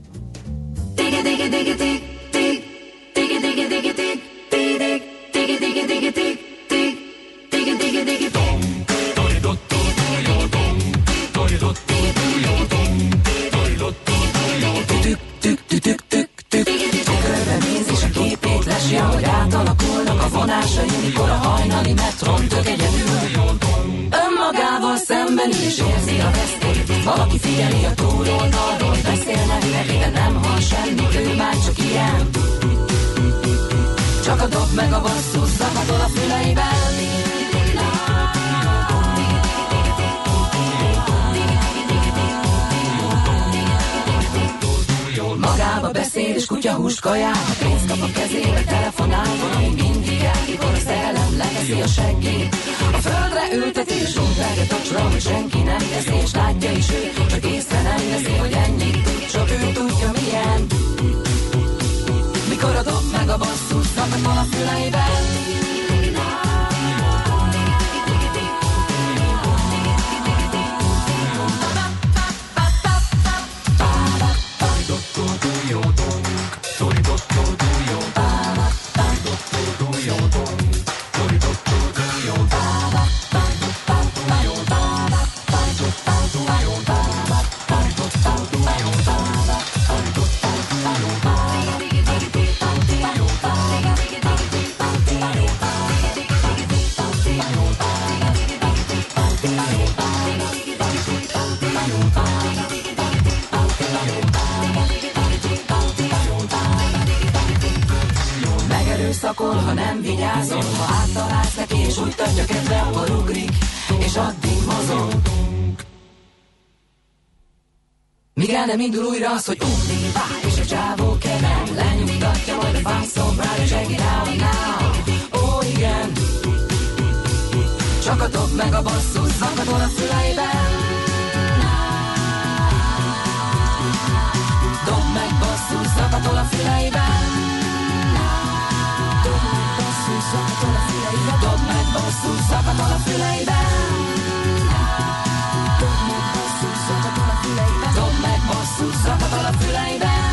S6: Hogy átalakulnak a vonásai, mikor a hajnali metron tök egyedül. Önmagával szemben is érzi a vesztét. Valaki figyeli a túloldalról, beszélnek neki, de nem hall semmit, ő már csak ilyen. Csak a dob meg a basszus zakatol a füleiben. Magába beszél és kutyahúst kajál, ha pénzt kap a kezébe, telefonál, valami mindig elkikor a szellem leveszi a seggét. A földre ülteti és rúgvágat a csra, hogy senki nem teszi, és látja is ő, csak észre nem veszi, hogy ennyit tud, csak ő tudja milyen. Mikor a dob meg a basszus zakatol a füleiben. Megerőszakol, ha nem vigyázol, ha áttalálsz neki, és úgy tartja kedve, akkor ugrik, és addig mozog. Míg el nem indul újra az, hogy vár, és a csávó kemen, lenyugtatja majd a fászomrál, és check it out now. Ó, igen, csak a dob meg a basszus zakatol a füleiben. Dob meg basszus zakatol a füleiben. Dob meg basszus zakatol a füleiben. Dob meg basszus zakatol a füleiben. Dob meg basszus zakatol a füleiben. Dob meg basszus zakatol a füleiben.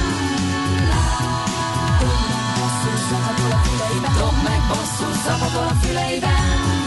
S6: Dob meg basszus zakatol a füleiben. Dob meg basszus zakatol a füleiben.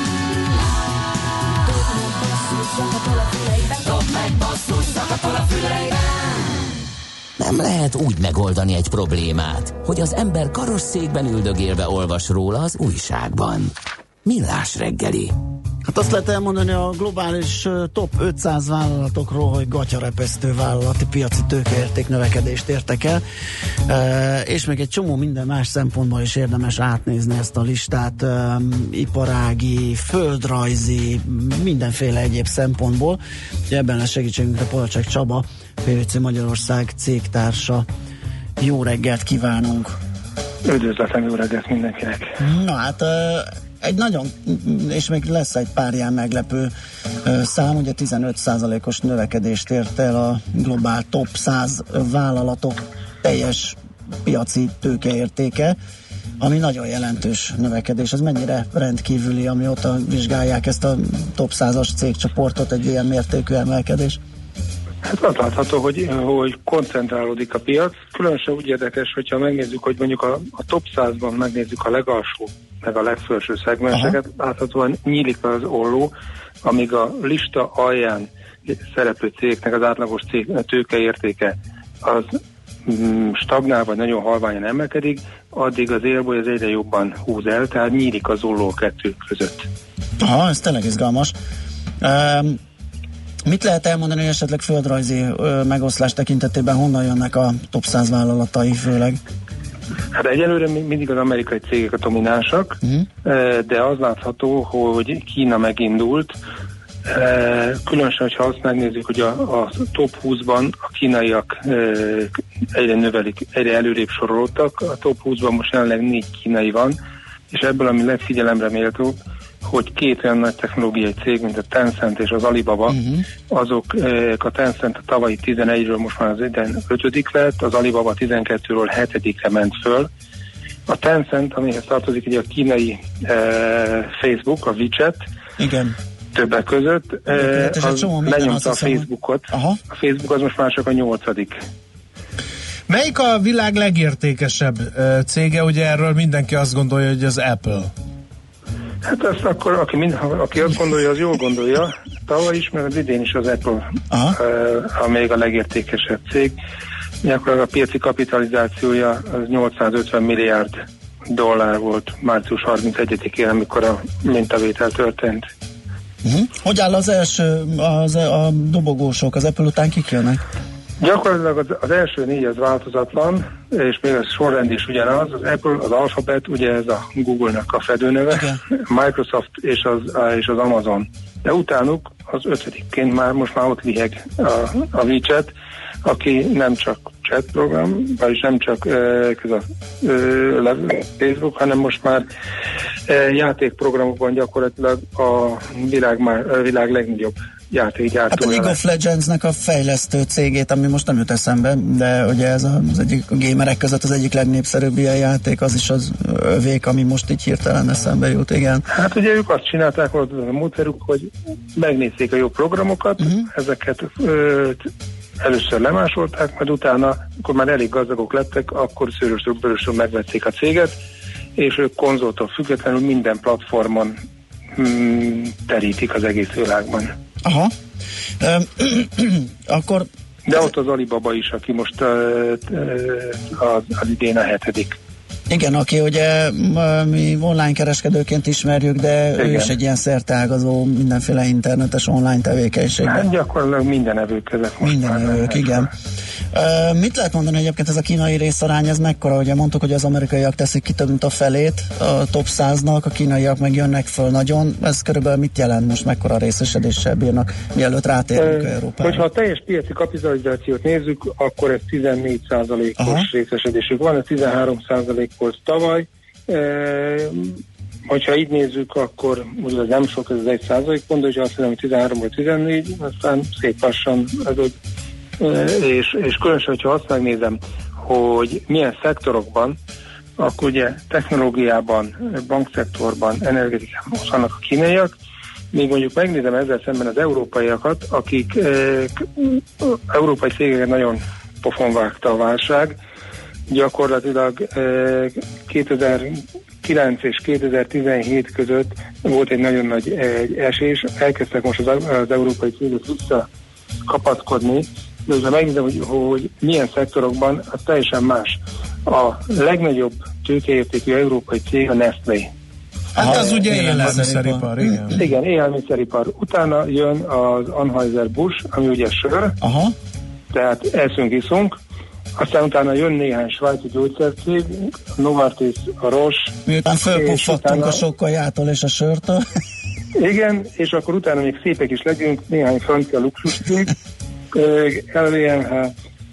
S6: Dob meg basszus zakatol a füleiben.
S1: Nem lehet úgy megoldani egy problémát, hogy az ember karosszékben üldögélve olvas róla az újságban. Millás reggeli.
S4: Hát azt lehet elmondani a globális top 500 vállalatokról, hogy gatyarepesztő vállalati piaci tőkeérték növekedést értek el, és még egy csomó minden más szempontból is érdemes átnézni ezt a listát, iparági, földrajzi, mindenféle egyéb szempontból. Ebben lesz segítségünkre Polcsák Csaba, PwC Magyarország cégtársa. Jó reggelt kívánunk!
S10: Üdvözletem, jó reggelt mindenkinek!
S4: Na hát egy nagyon, és még lesz egy pár ilyen meglepő szám, ugye 15%-os növekedést ért el a globál top 100 vállalatok teljes piaci tőkeértéke, ami nagyon jelentős növekedés. Ez mennyire rendkívüli, amióta vizsgálják ezt a top 100-as cégcsoportot, egy ilyen mértékű emelkedés?
S10: Hát az látható, hogy koncentrálódik a piac. Különösen úgy érdekes, hogyha megnézzük, hogy mondjuk a top 100-ban megnézzük a legalsó, meg a legfelső szegmenseket, láthatóan nyílik az olló, amíg a lista alján szereplő cégnek az átlagos tőkeértéke az stagnál, vagy nagyon halványan emelkedik, addig az élboly az egyre jobban húz el, tehát nyílik az olló a kettő között.
S4: Aha, ez tényleg izgalmas. Mit lehet elmondani, hogy esetleg földrajzi megoszlás tekintetében honnan jönnek a top 100 vállalatai főleg?
S10: Hát egyelőre mindig az amerikai cégek a dominánsak, de az látható, hogy Kína megindult. Különösen, hogyha azt megnézzük, hogy a top 20-ban a kínaiak egyre előrébb sorolódtak. A top 20-ban most jelenleg 4 kínai van, és ebből, ami legfigyelemre méltó, hogy 2 olyan nagy technológiai cég, mint a Tencent és az Alibaba, azok a Tencent a tavalyi 11-ről most már az 5. lett, az Alibaba 12-ről 7-re ment föl. A Tencent, amihez tartozik ugye a kínai Facebook, a WeChat,
S4: igen,
S10: többek között, az lenyomta a Facebookot. Aha. A Facebook az most már csak a 8.
S5: Melyik a világ legértékesebb cége? Ugye erről mindenki azt gondolja, hogy az Apple.
S10: Hát ezt akkor, aki azt gondolja, az jól gondolja. Tavaly is, mert az idén is az Apple a még a legértékesebb cég. Akkor a piaci kapitalizációja az 850 milliárd dollár volt március 31-én, amikor a mintavétel történt.
S4: Hogy áll az első, a dobogósok, az Apple után kik jönnek?
S10: Gyakorlatilag az első 4 az változatlan, és még a sorrend is ugyanaz. Az Apple, az Alphabet, ugye ez a Google-nak a fedőneve, Microsoft és az Amazon. De utánuk az 5-ként most már ott liheg a WeChat, aki nem csak chat program, vagyis nem csak ez a Facebook, hanem most már játékprogramokban gyakorlatilag a világ legnagyobb játékgyártója.
S4: Hát a League of Legends-nek a fejlesztő cégét, ami most nem jut eszembe, de ugye ez az egyik a gamerek között az egyik legnépszerűbb ilyen játék, az is az övék, ami most így hirtelen eszembe jut, igen.
S10: Hát ugye ők azt csinálták, volt az a módszerük, hogy megnézték a jó programokat, ezeket először lemásolták, majd utána, amikor már elég gazdagok lettek, akkor szőrösről megvették a céget, és ők konzoltól függetlenül minden platformon terítik az egész világban.
S4: Aha. Akkor...
S10: De ott az Alibaba is, aki most az idén a 7.
S4: Igen, aki ugye mi online kereskedőként ismerjük, de igen, ő is egy ilyen szerteágazó, mindenféle internetes online tevékenységben.
S10: Hát gyakorlatilag minden evők ezek most.
S4: Minden evők, igen. Mit lehet mondani egyébként ez a kínai részarány, ez mekkora? Ugye mondtuk, hogy az amerikaiak teszik ki több mint a felét a top 100-nak, a kínaiak meg jönnek föl nagyon. Ez körülbelül mit jelent most, mekkora részesedéssel bírnak, mielőtt rátérünk Európára?
S10: Hogyha a teljes piaci kapitalizációt nézzük, akkor ez 14%-os részesedésük van, ez 13% volt tavaly. Hogyha így nézzük, akkor ugye ez nem sok, ez az 1% pont, de hogyha azt hiszem, hogy 13 vagy 14, aztán szép lassan és különösen, hogyha azt megnézem, hogy milyen szektorokban, akkor ugye technológiában, bankszektorban, energetikában vannak a kínaiak, még mondjuk megnézem ezzel szemben az európaiakat, akik európai cégeket nagyon pofon vágta a válság, gyakorlatilag 2009 és 2017 között volt egy nagyon nagy esés, elkezdtek most az európai cégek visszakapaszkodni, de ha megnézem, hogy milyen szektorokban, az teljesen más. A legnagyobb tőkeértékű európai cég a Nestlé.
S5: Hát az ugye élelmiszeripar, igen.
S10: Igen, élelmiszeripar. Utána jön az Anheuser-Busch, ami ugye sör, tehát eszünk-iszunk. Aztán utána jön néhány svájci gyógyszercég, a Novartis, a Roche.
S4: Miután fölpuffattunk a sokkajától és a sörtől.
S10: Igen, és akkor utána még szépek is legyünk, néhány francia luxuscég, LVMH.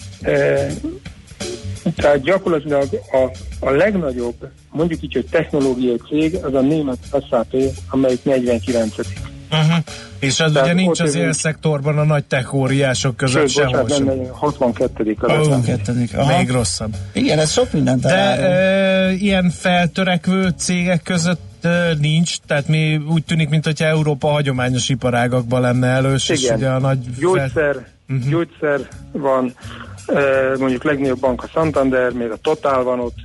S10: Tehát gyakorlatilag a legnagyobb, mondjuk így, hogy technológiai cég, az a német SAP, amelyik 49.
S5: És az ugye nincs az élszektorban a nagy tech óriások között sehol sem.
S10: 62.
S5: Még rosszabb.
S4: Igen, ez sok mindent
S5: de ilyen feltörekvő cégek között nincs, tehát mi úgy tűnik, mintha Európa hagyományos iparágakban lenne elős.
S10: Igen,
S5: és ugye a nagy
S10: gyógyszer van, mondjuk legnagyobb bank a Santander, még a Total van ott,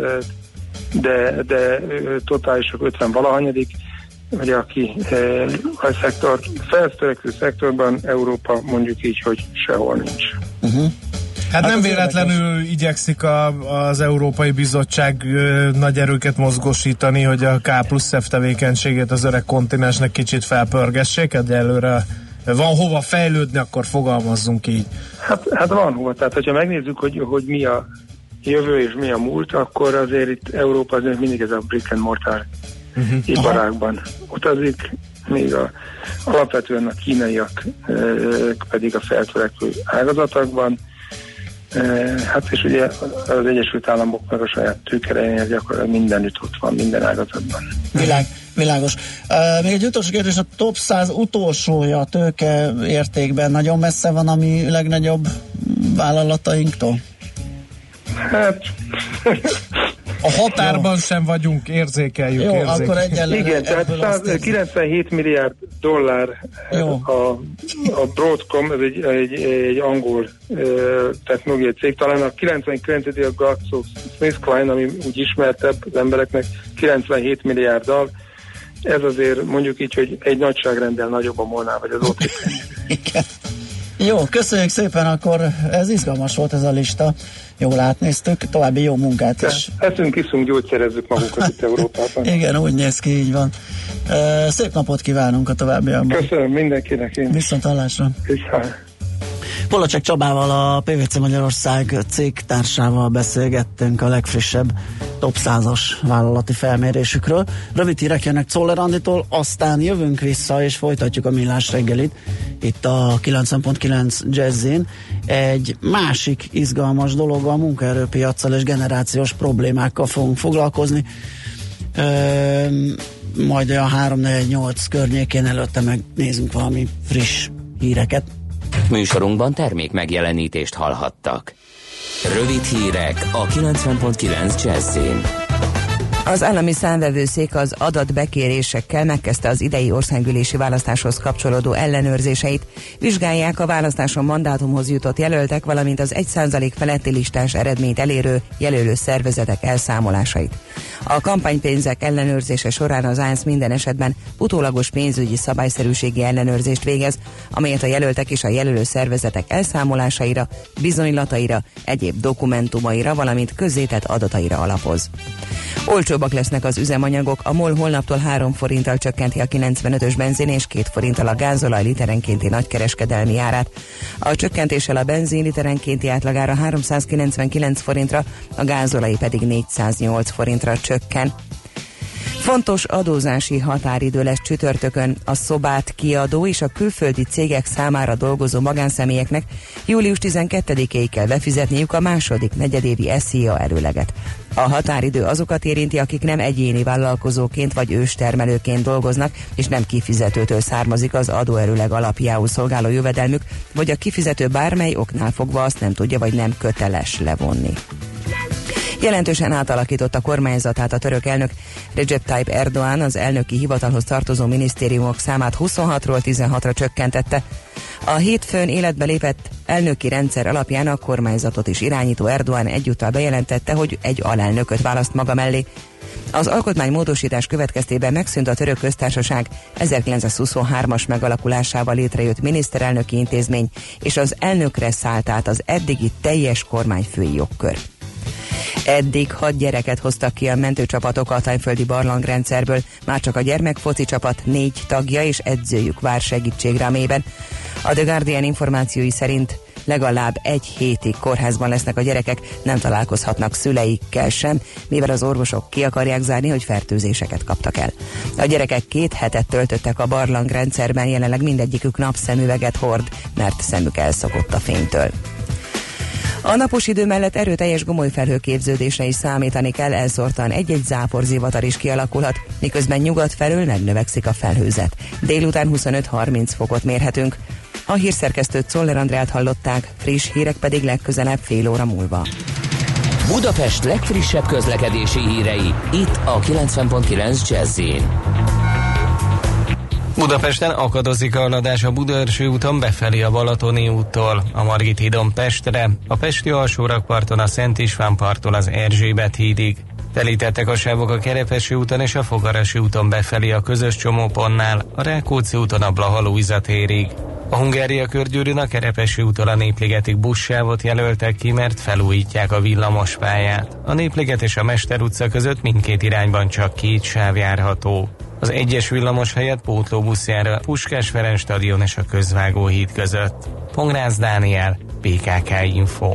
S10: de Total is 50-valahanyadik, vagy aki a szektor, feltörekvő szektorban Európa mondjuk így, hogy sehol nincs.
S5: Hát nem véletlenül igyekszik az Európai Bizottság nagy erőket mozgósítani, hogy a K+F tevékenységét az öreg kontinensnek kicsit felpörgessék, egyelőre van hova fejlődni, akkor fogalmazzunk így.
S10: Hát van hova, tehát hogyha megnézzük, hogy mi a jövő és mi a múlt, akkor azért itt Európa azért mindig ez a brick and mortar iparágban utazik, még alapvetően a kínaiak pedig a feltörekvő ágazatokban. Hát és ugye az Egyesült Államok meg a saját tőkerejénél gyakorlatilag mindenütt ott van, minden ágazatban.
S4: Világos. Még egy utolsó kérdés, a top 100 utolsója a tőke értékben nagyon messze van a mi legnagyobb vállalatainktól?
S10: Hát...
S5: A határban sem vagyunk, érzékeljük.
S4: Akkor egyelőre.
S10: Igen, tehát 97 milliárd dollár a Broadcom, ez egy angol technológiai cég, talán a 99. a GlaxoSmithKline, ami úgy ismertebb az embereknek, 97 milliárddal. Ez azért mondjuk így, hogy egy nagyságrenddel nagyobb a Molnár vagy az OTP.
S4: Igen. Jó, köszönjük szépen, akkor ez izgalmas volt ez a lista. Jól átnéztük, további jó munkát is.
S10: Eszünk, iszunk, gyógyszerezzük magunkat itt Európában.
S4: Igen, úgy néz ki, így van. Szép napot kívánunk a továbbiakban.
S10: Köszönöm mindenkinek.
S4: Viszonthallásra. Polacsek Csabával, a PVC Magyarország cégtársával beszélgettünk a legfrissebb top 100-as vállalati felmérésükről. Rövid hírek jönnek Czoller Anditól, aztán jövünk vissza és folytatjuk a Millás reggelit itt a 90.9 Jazzin. Egy másik izgalmas dologgal, a munkaerőpiaccal és generációs problémákkal fogunk foglalkozni. Majd a 3-4-8 környékén, előtte megnézünk valami friss híreket.
S1: Műsorunkban termék megjelenítést hallhattak. Rövid hírek a 90.9 Jazzin.
S8: Az állami számvevőszék az adatbekérésekkel megkezdte az idei országgyűlési választáshoz kapcsolódó ellenőrzéseit. Vizsgálják a választáson mandátumhoz jutott jelöltek, valamint az 1% feletti listás eredményt elérő jelölő szervezetek elszámolásait. A kampánypénzek ellenőrzése során az ANC minden esetben utólagos pénzügyi szabályszerűségi ellenőrzést végez, amelyet a jelöltek és a jelölő szervezetek elszámolásaira, bizonylataira, egyéb dokumentumaira, valamint közzétett adataira alapoz. Olcsóbbak lesznek az üzemanyagok, a MOL holnaptól 3 forinttal csökkenti a 95-ös benzin és 2 forinttal a gázolaj literenkénti nagykereskedelmi árát. A csökkentéssel a benzin literenkénti átlagára 399 forintra, a gázolaj pedig 408 forintra csökken. Fontos adózási határidő lesz csütörtökön. A szobát kiadó és a külföldi cégek számára dolgozó magánszemélyeknek július 12-éig kell befizetniük a második negyedévi SZIA előleget. A határidő azokat érinti, akik nem egyéni vállalkozóként vagy őstermelőként dolgoznak, és nem kifizetőtől származik az adóerőleg alapjául szolgáló jövedelmük, vagy a kifizető bármely oknál fogva azt nem tudja vagy nem köteles levonni. Jelentősen átalakította kormányzatát a török elnök. Recep Tayyip Erdoğan az elnöki hivatalhoz tartozó minisztériumok számát 26-ról 16-ra csökkentette. A hétfőn életbe lépett elnöki rendszer alapján a kormányzatot is irányító Erdoğan egyúttal bejelentette, hogy egy alelnököt választ maga mellé. Az alkotmánymódosítás következtében megszűnt a török köztársaság 1923-as megalakulásával létrejött miniszterelnöki intézmény, és az elnökre szállt át az eddigi teljes kormányfői jogkör. Eddig 6 gyereket hoztak ki a mentőcsapatok a tájföldi barlangrendszerből, már csak a gyermekfoci csapat 4 tagja és edzőjük vár segítségre a mélyben. A The Guardian információi szerint legalább 1 hétig kórházban lesznek a gyerekek, nem találkozhatnak szüleikkel sem, mivel az orvosok ki akarják zárni, hogy fertőzéseket kaptak el. A gyerekek 2 hetet töltöttek a barlangrendszerben, jelenleg mindegyikük napszemüveget hord, mert szemük elszokott a fénytől. A napos idő mellett erőteljes gomolyfelhőképződésre is számítani kell, elszórtan egy-egy záporzivatar is kialakulhat, miközben nyugat felől megnövekszik a felhőzet. Délután 25-30 fokot mérhetünk. A hírszerkesztőt, Czoller Andrát hallották, friss hírek pedig legközelebb fél óra múlva.
S1: Budapest legfrissebb közlekedési hírei, itt a 90.9 Jazz-in.
S11: Budapesten akadozik a haladás a Budaörső úton befelé a Balatoni úttól, a Margit hídon Pestre, a Pesti alsórakparton a Szent István parttól az Erzsébet hídig. Telítettek a sávok a Kerepesi úton és a Fogarasi úton befelé a közös csomópontnál, a Rákóczi úton a Blaha-Lujza térig. A Hungária körgyűrűn a Kerepesi úton a Népligetig buszsávot jelöltek ki, mert felújítják a villamospályát. A Népliget és a Mester utca között mindkét irányban csak 2 sáv járható. Az egyes villamos helyett pótlóbusz jár a Puskás Ferenc stadion és a Közvágó híd között. Pongrácz Dániel, PKK Info.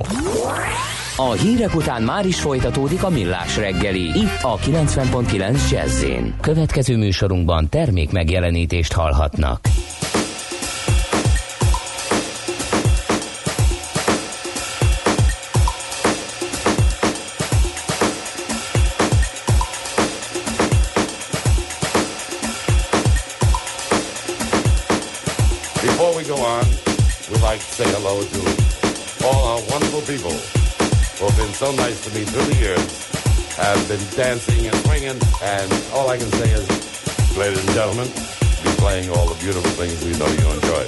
S1: A hírek után már is folytatódik a Millás reggeli, itt a 90.9 Jazz-in. Következő műsorunkban termék megjelenítést hallhatnak.
S12: Before we go on, we'd like to say hello to all our wonderful people who have been so nice to me through the years, have been dancing and swinging, and all I can say is, ladies and gentlemen, be playing all the beautiful things we know you enjoy.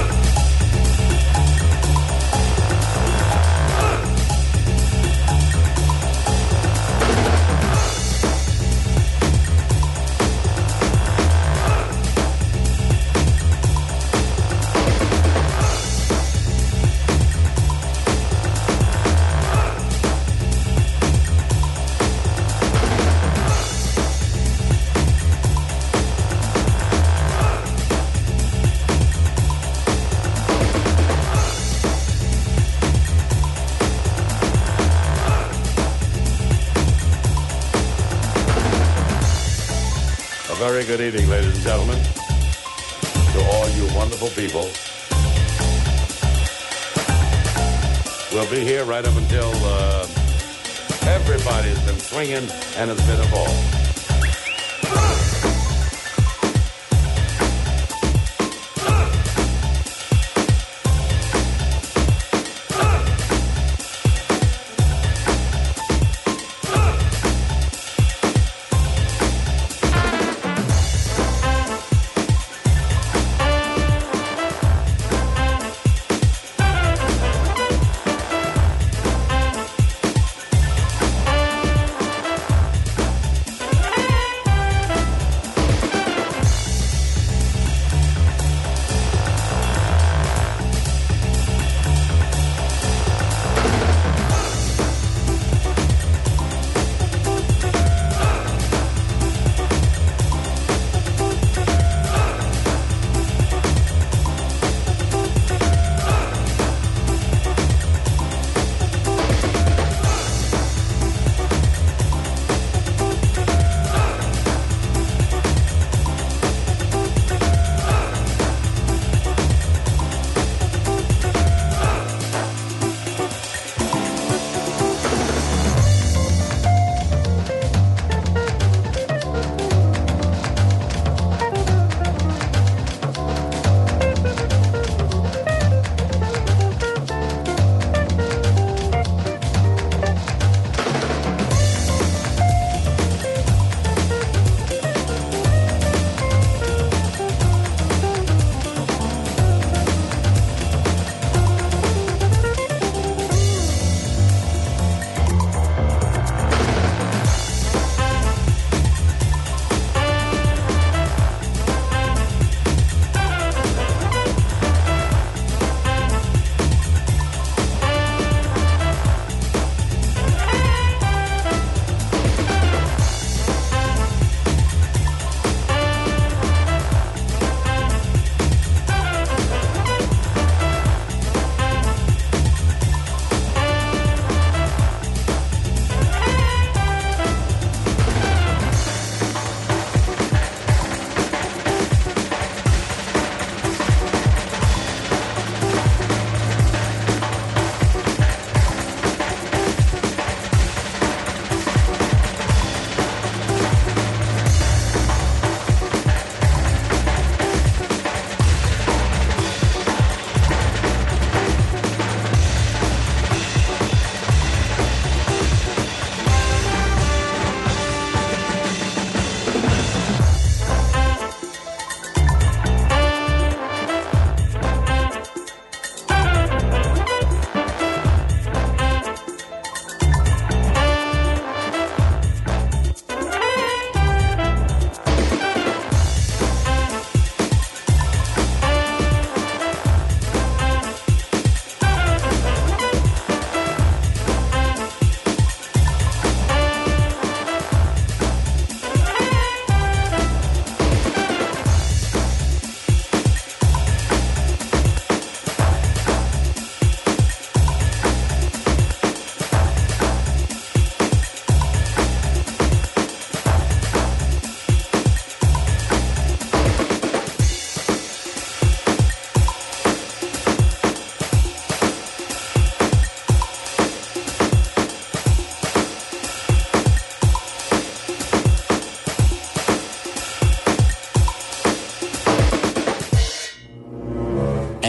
S12: Very good evening, ladies and gentlemen, to all you wonderful people. We'll be here right up until everybody's been swinging and has been a ball.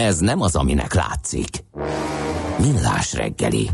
S1: ez nem az, aminek látszik. Millás reggeli.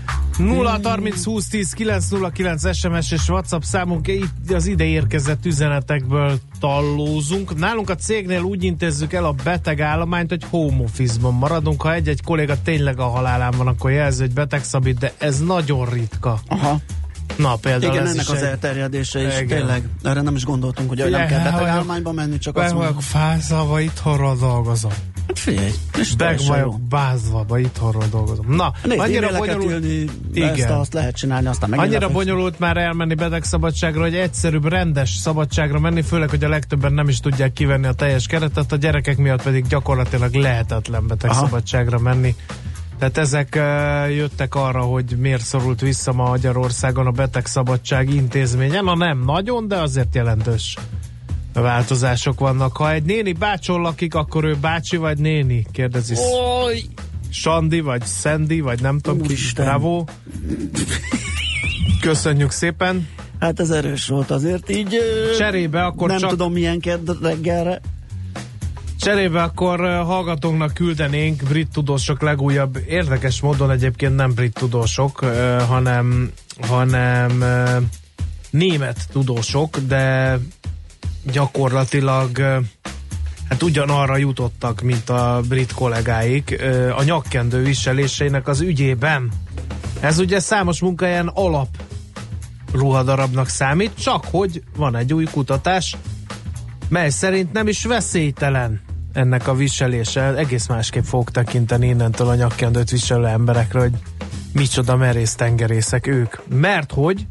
S5: 0-30-20-10-9-09 SMS és WhatsApp számunk, itt az ide érkezett üzenetekből tallózunk. Nálunk a cégnél úgy intézzük el a beteg állományt, hogy home office-ban maradunk. Ha egy-egy kolléga tényleg a halálán van, akkor jelzi, hogy betegszabít, de ez nagyon ritka.
S4: Aha.
S5: Na, például
S4: igen,
S5: ez
S4: ennek az elterjedése is,
S5: igen.
S4: Tényleg. Erre nem is gondoltunk, hogy nem kell betegállományba menni, csak azt mondjuk.
S5: Fázalva itthonról dolgozom.
S4: Hát figyelj, és
S5: meg vagyok bázva, itthonról dolgozom. Na, annyira bonyolult,
S4: igen. Azt lehet csinálni, aztán meg
S5: annyira bonyolult már elmenni betegszabadságra, hogy egyszerűbb, rendes szabadságra menni, főleg, hogy a legtöbben nem is tudják kivenni a teljes keretet, a gyerekek miatt pedig gyakorlatilag lehetetlen betegszabadságra menni. Tehát ezek jöttek arra, hogy miért szorult vissza ma Magyarországon a betegszabadság intézménye. Na nem nagyon, de azért jelentős változások vannak. Ha egy néni bácson lakik, akkor ő bácsi vagy néni? Kérdezi.
S4: Oly!
S5: Sandi vagy Szendi, vagy nem tudom ki. Bravo. Köszönjük szépen.
S4: Hát ez erős volt azért így.
S5: Cserébe akkor
S4: nem
S5: csak...
S4: tudom milyen kedd reggelre.
S5: Cserébe akkor hallgatónknak küldenénk brit tudósok legújabb, érdekes módon egyébként nem brit tudósok, hanem német tudósok, de gyakorlatilag hát ugyanarra jutottak, mint a brit kollégáik a nyakkendő viselésének az ügyében. Ez ugye számos munkahelyen alap ruhadarabnak számít, csak hogy van egy új kutatás, mely szerint nem is veszélytelen ennek a viselése. Egész másképp fog tekinteni innentől a nyakkendőt viselő emberekre, hogy micsoda merész tengerészek ők. Mert hogy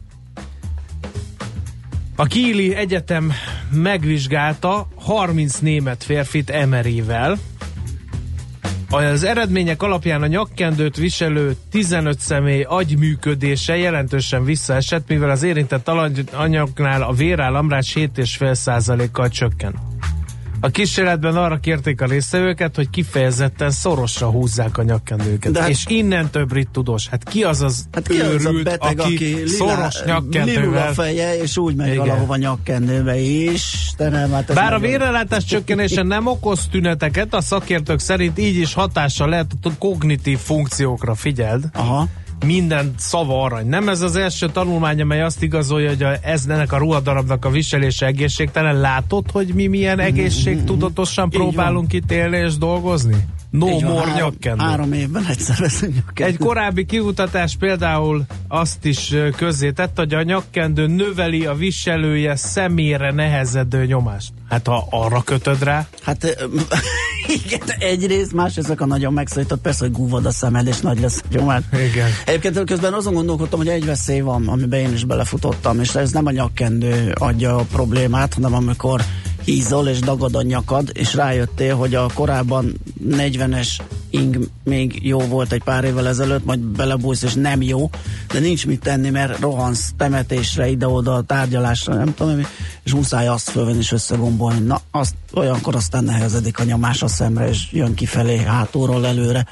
S5: a Kieli Egyetem megvizsgálta 30 német férfit MRI-vel. Az eredmények alapján a nyakkendőt viselő 15 személy agyműködése jelentősen visszaesett, mivel az érintett alanyagnál a vérállamrás 7,5%-kal csökken. A kísérletben arra kérték a résztvevőket, hogy kifejezetten szorosra húzzák a nyakkendőket. Hát, és innen több brit tudós. Hát ki az az őrült,
S4: beteg, aki
S5: szoros nyakkendővel...
S4: feje, és úgy megy valahova nyakkendőbe is. Hát
S5: bár a vérrelátás csökkenése nem okoz tüneteket, a szakértők szerint így is hatással lehet a kognitív funkciókra. Figyeld! Aha. Minden szava arany. Nem ez az első tanulmány, amely azt igazolja, hogy ennek a ruhadarabnak a viselése egészségtelen. Látod, hogy mi milyen egészségtudatosan próbálunk itt élni és dolgozni? No more nyakkendő.
S4: 3 évben egyszer veszünk nyakkendő.
S5: Egy korábbi kimutatás például azt is közzétett, hogy a nyakkendő növeli a viselője szemére nehezedő nyomást. Hát ha arra kötöd rá.
S4: Hát igen, egyrészt, másrészt a nagyon megszólított, persze, hogy gúvad a szemed, és nagy lesz a nyomás.
S5: Igen.
S4: Egyébként közben azon gondolkodtam, hogy egy veszély van, amiben én is belefutottam, és ez nem a nyakkendő adja a problémát, hanem amikor hízol és dagad a nyakad, és rájöttél, hogy a korábban 40-es ing még jó volt egy pár évvel ezelőtt, majd belebújsz, és nem jó, de nincs mit tenni, mert rohansz temetésre, ide-oda, tárgyalásra, nem tudom, és muszáj azt fölvenni és összegombolni. Na, olyankor aztán nehezedik a nyomás a szemre, és jön kifelé, hátulról előre.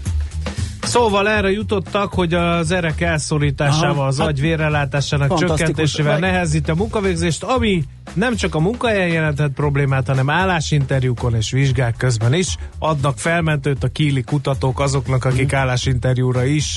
S5: Szóval erre jutottak, hogy az erek elszorításával, az agy vérrelátásának csökkentésével nehezíti a munkavégzést, ami nem csak a munkahelyen jelenthet problémát, hanem állásinterjúkon és vizsgák közben is. Adnak felmentőt a kieli kutatók azoknak, akik állásinterjúra is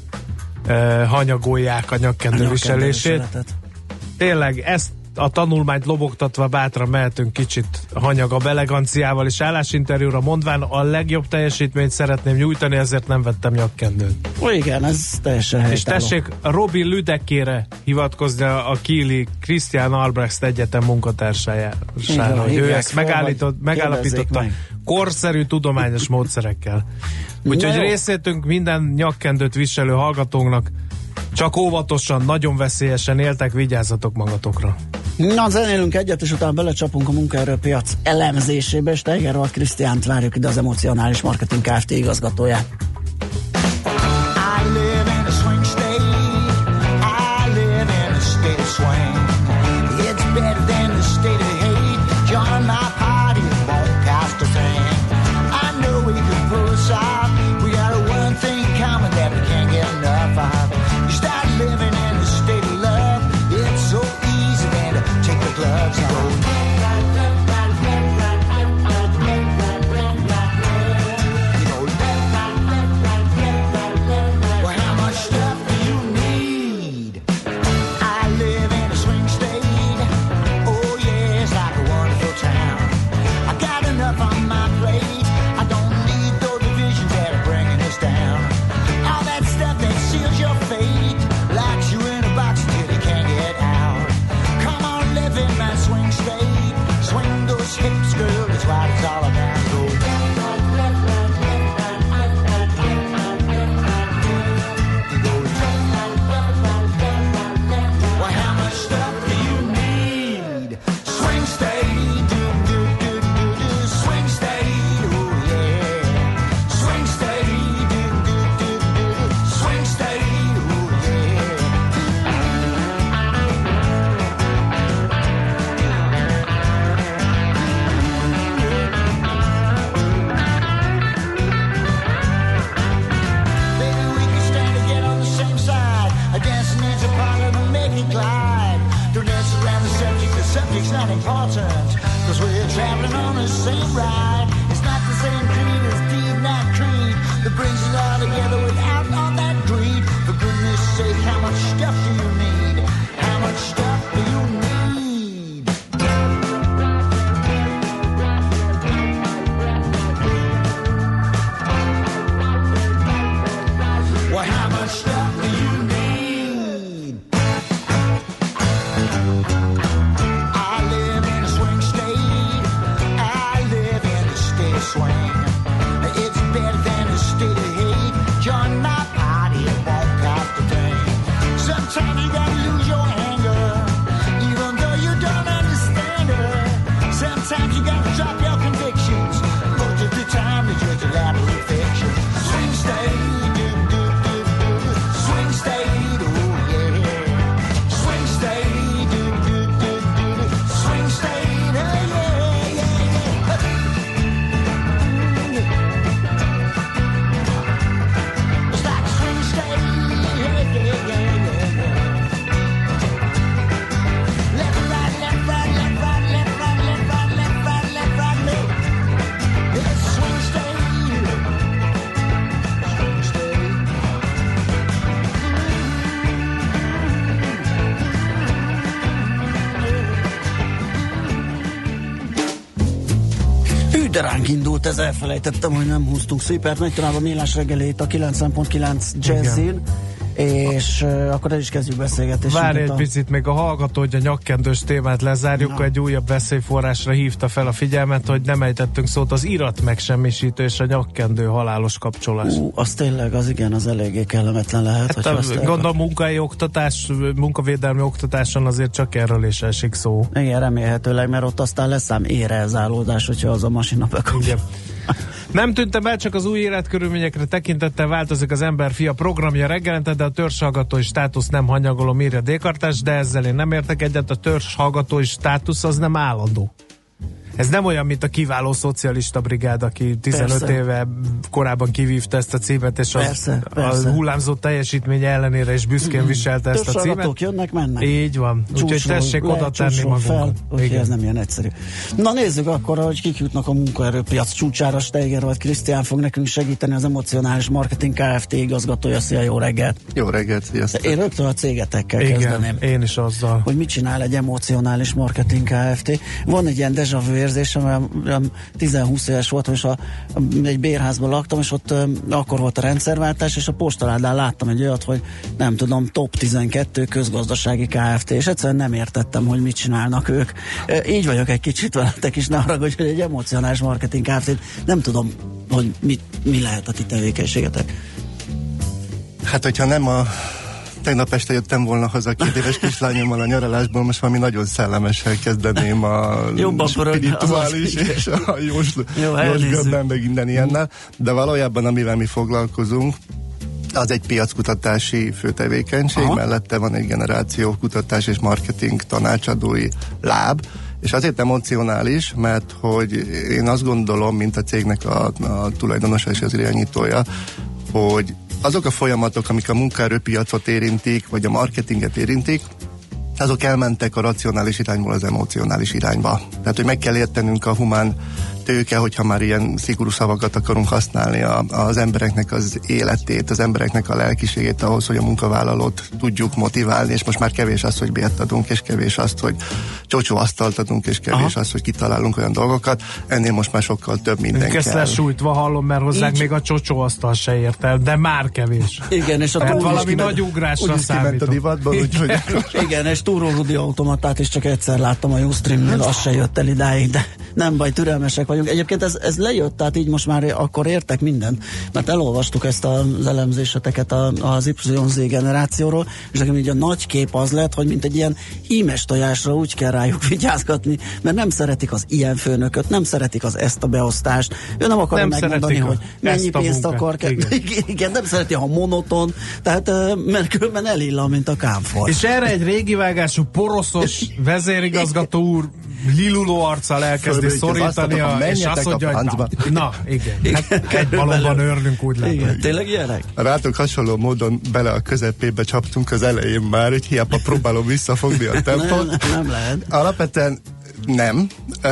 S5: hanyagolják a nyakkendő viselését. Tényleg ezt a tanulmányt lobogtatva bátran mehetünk kicsit hanyagabb eleganciával és állásinterjúra, mondván a legjobb teljesítményt szeretném nyújtani, ezért nem vettem nyakkendőt.
S4: Igen, ez teljesen helytálló.
S5: És tessék Robin Lüdeckére hivatkozni a Kieli Christian Albrecht Egyetem munkatársára, hogy ő ezt megállapította korszerű tudományos módszerekkel. Úgyhogy részétünk minden nyakkendőt viselő hallgatónknak, csak óvatosan, nagyon veszélyesen éltek, vigyázzatok magatokra.
S4: Na, zenélünk egyet, és utána belecsapunk a munkaerőpiac elemzésébe, és Steigerwald Krisztiánt várjuk ide, az Emocionális Marketing Kft. Igazgatóját.
S13: the same ride. It's not the same creed as deed, not creed. That brings it all together without all that greed. For goodness sake, how much stuff do you need? How much stuff do you need? Well, how much stuff do you need? I live in a swing state. I live in a state of swing. It's better than a state of hate. Join my party and won't cost a thing. Sometimes you gotta lose your anger, even though you don't understand her. Sometimes you gotta drop your convictions. Most of the time it's just a lot of fiction. Swing state. Swing state, oh yeah. Swing state, swing state, oh yeah, yeah. It's like a swing state, yeah, yeah, yeah, yeah. Left, right, left, right, left, right, left, right, left, right, left, right, left, right, left. It's swing state, swing state.
S4: De ránk indult, ez elfelejtettem, hogy nem húztunk szépert. Megy tovább a Millás reggelét a 90.9 Jazzin, és akkor el is kezdjük beszélgetésünket.
S5: Várj egy picit, még a hallgató, hogy a nyakkendős témát lezárjuk, egy újabb veszélyforrásra hívta fel a figyelmet, hogy nem ejtettünk szót az irat megsemmisítő és a nyakkendő halálos kapcsolás.
S4: Az tényleg, az igen, az eléggé kellemetlen lehet.
S5: Hát gondolom munkai oktatás, munkavédelmi oktatáson azért csak erről is esik szó.
S4: Igen, remélhetőleg, mert ott aztán lesz ám érezálódás, hogyha az a masina bekapja.
S5: Nem tűntem el, csak az új életkörülményekre tekintettel változik az ember fia programja reggelente, de a törzshallgatói státusz nem hanyagolom, írja D-kartás, de ezzel én nem értek egyet, a törzshallgatói státusz az nem állandó. Ez nem olyan, mint a kiváló szocialista brigád, aki 15 éve korábban kivívta ezt a címet, és a hullámzó teljesítménye ellenére is büszkén viselte ezt a címet.
S4: Jönnek, mennek.
S5: Így van. Úgyhogy tessék oda tenni magunkat.
S4: Úgyhogy ez nem ilyen egyszerű. Na nézzük akkor, hogy kik jutnak a munkaerőpiac csúcsára. Steiger vagy Krisztián fog nekünk segíteni, az Emocionális Marketing Kft. Igazgatója. Szia, jó reggelt!
S14: Jó reggelt, sziasztok!
S4: Én rögtön a cégetekkel kezdeném.
S5: Én is azzal.
S4: Hogy mit csinál egy Emocionális Marketing Kft. Van egy ilyen déjà vu érzésem, 10-20 éves voltam, és egy bérházban laktam, és ott akkor volt a rendszerváltás, és a postaládán láttam egy olyat, hogy nem tudom, top 12 közgazdasági Kft. És egyszerűen nem értettem, hogy mit csinálnak ők. Így vagyok egy kicsit veletek is, ne haragudj, hogy egy Emocionális Marketing Kft. Nem tudom, hogy mi lehet a ti tevékenységetek.
S14: Hát, hogyha nem tegnap este jöttem volna haza 2 éves kislányommal a nyaralásból, most valami nagyon szellemessel kezdeném a spirituális és a jósgöbben, meg minden ilyennel, de valójában amivel mi foglalkozunk, az egy piackutatási főtevékenység, mellette van egy generációkutatás és marketing tanácsadói láb, és azért emocionális, mert hogy én azt gondolom, mint a cégnek a tulajdonosa és az irányítója, hogy azok a folyamatok, amik a munkaerőpiacot érintik, vagy a marketinget érintik, azok elmentek a racionális irányból az emocionális irányba. Tehát, hogy meg kell értenünk a humán tőke, hogyha már ilyen szigorú szavakat akarunk használni, az embereknek az életét, az embereknek a lelkiségét ahhoz, hogy a munkavállalót tudjuk motiválni, és most már kevés az, hogy bért adunk, és kevés azt, hogy csocsóasztalt adunk, és kevés az, hogy kitalálunk olyan dolgokat. Ennél most már sokkal több minden kell.
S5: Ezt lesújtva hallom, mert hozzánk még a csocsóasztal se ért el, de már kevés.
S4: Igen, és
S5: valami nagy ugrásra számítok.
S14: A divatban, úgyhogy...
S4: Igen, és túrórudi automatát is csak egyszer láttam a Ustreamnél, az se jött el idáig, de nem baj, türelmesek vagyunk. Egyébként ez lejött, tehát így most már akkor értek mindent, mert elolvastuk ezt az elemzéseteket az YZ generációról, és nekem így a nagy kép az lett, hogy mint egy ilyen hímes tojásra úgy kell rájuk vigyázgatni, mert nem szeretik az ilyen főnököt, nem szeretik ezt a beosztást, ő nem akarja megmondani, hogy mennyi pénzt akar. Igen, nem szereti, ha monoton, tehát mert különben elillan, mint a kámfor.
S5: És erre egy régi vágású poroszos vezérigazgató úr liluló arccal elkezdi szorítani, és azt mondja, hogy na igen, hát egy balonban örlünk, úgy látom.
S4: Igen, tényleg ilyenek?
S14: Rátok hasonló módon bele a közepébe csaptunk az elején már, hogy hiába próbálom visszafogni a tempót.
S4: Nem lehet.
S14: Alapvetően Nem,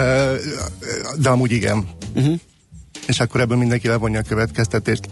S14: de amúgy igen. És akkor ebből mindenki levonja a következtetést.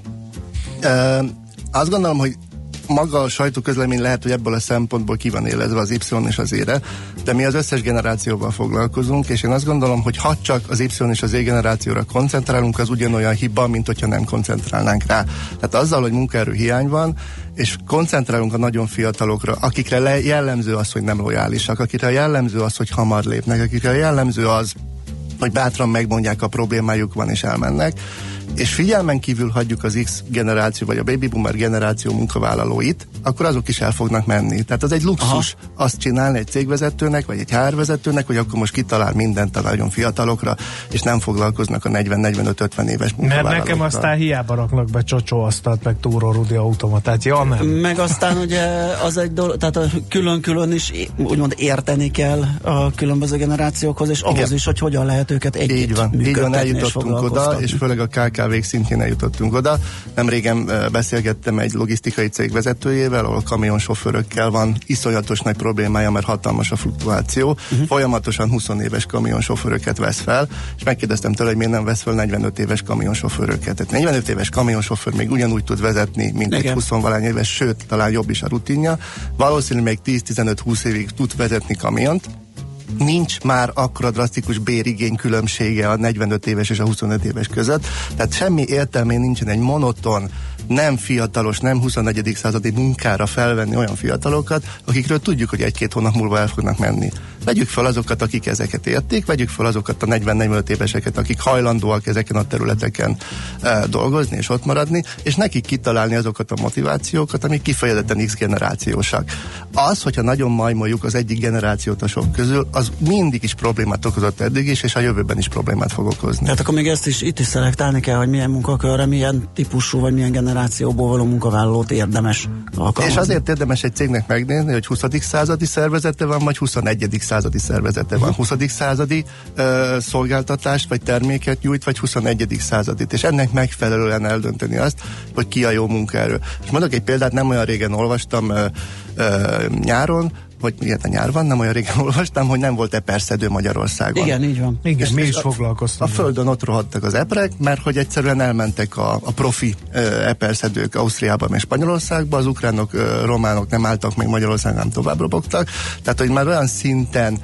S14: Azt gondolom, hogy maga a sajtóközlemény lehet, hogy ebből a szempontból ki van élezve az Y és az E-re, de mi az összes generációval foglalkozunk, és én azt gondolom, hogy ha csak az Y és az E generációra koncentrálunk, az ugyanolyan hiba, mint hogyha nem koncentrálnánk rá. Tehát azzal, hogy munkaerő hiány van, és koncentrálunk a nagyon fiatalokra, akikre jellemző az, hogy nem lojálisak, akikre jellemző az, hogy hamar lépnek, akikre jellemző az, hogy bátran megmondják, a problémájuk van és elmennek, és figyelmen kívül hagyjuk az X generáció, vagy a baby boomer generáció munkavállalóit, akkor azok is el fognak menni. Tehát az egy luxus azt csinálni egy cégvezetőnek, vagy egy HR vezetőnek, hogy akkor most kitalál mindent a nagyon fiatalokra, és nem foglalkoznak a 40-45-50 éves munkavállalókkal.
S5: Mert nekem aztán hiába raknak be csocsóasztalt, meg Túró Rudi automatát. Ja, nem.
S4: Meg aztán ugye az egy dolog, tehát külön-külön is úgymond érteni kell a különböző generációkhoz, és ahhoz is, hogy hogyan lehet őket együtt működtetni. Így van,
S14: eljutottunk oda, és főleg a KKV-k szintjén eljutottunk oda. Nemrégen beszélgettem egy logisztikai cég vezetőjével, ahol kamionsofőrökkel van iszonyatos nagy problémája, mert hatalmas a fluktuáció. Folyamatosan 20 éves kamionsofőröket vesz fel, és megkérdeztem tőle, hogy miért nem vesz fel 45 éves kamionsofőröket. Tehát 45 éves kamionsofőr még ugyanúgy tud vezetni, mint egy 20-valány éves, sőt, talán jobb is a rutinja. Valószínűleg még 10-15-20 évig tud vezetni kamiont. Nincs már akkora drasztikus bérigény különbsége a 45 éves és a 25 éves között, tehát semmi értelmén nincsen egy monoton, nem fiatalos, nem 21. századi munkára felvenni olyan fiatalokat, akikről tudjuk, hogy 1-2 hónap múlva el fognak menni. Vegyük fel azokat, akik ezeket érték, vegyük fel azokat a 40-45 éveseket, akik hajlandóak ezeken a területeken dolgozni és ott maradni, és nekik kitalálni azokat a motivációkat, amik kifejezetten X generációsak. Az, hogyha nagyon majmoljuk az egyik generációt a sok közül, az mindig is problémát okozott eddig is, és a jövőben is problémát fog okozni.
S4: Tehát akkor még ezt is itt is szelektálni kell, hogy milyen munkakörre, milyen típusú, vagy milyen generációból való munkavállalót érdemes alkalmazni.
S14: És azért érdemes egy cégnek megnézni, hogy 20. századi szervezete van, vagy 21. századi szervezete van. 20. századi szolgáltatást, vagy terméket nyújt, vagy 21. századit. És ennek megfelelően eldönteni azt, hogy ki a jó munkaerő. És mondok egy példát, nem olyan régen olvastam nyáron, hogy a nyár van, nem olyan régen olvastam, hogy nem volt eperszedő Magyarországon.
S4: Igen, így van.
S5: Igen, mi is foglalkoztunk.
S14: A földön ott rohadtak az eperek, mert hogy egyszerűen elmentek a profi eperszedők Ausztriában és Spanyolországban, az ukránok, románok nem álltak meg Magyarországon, nem tovább robogtak. Tehát, hogy már olyan szinten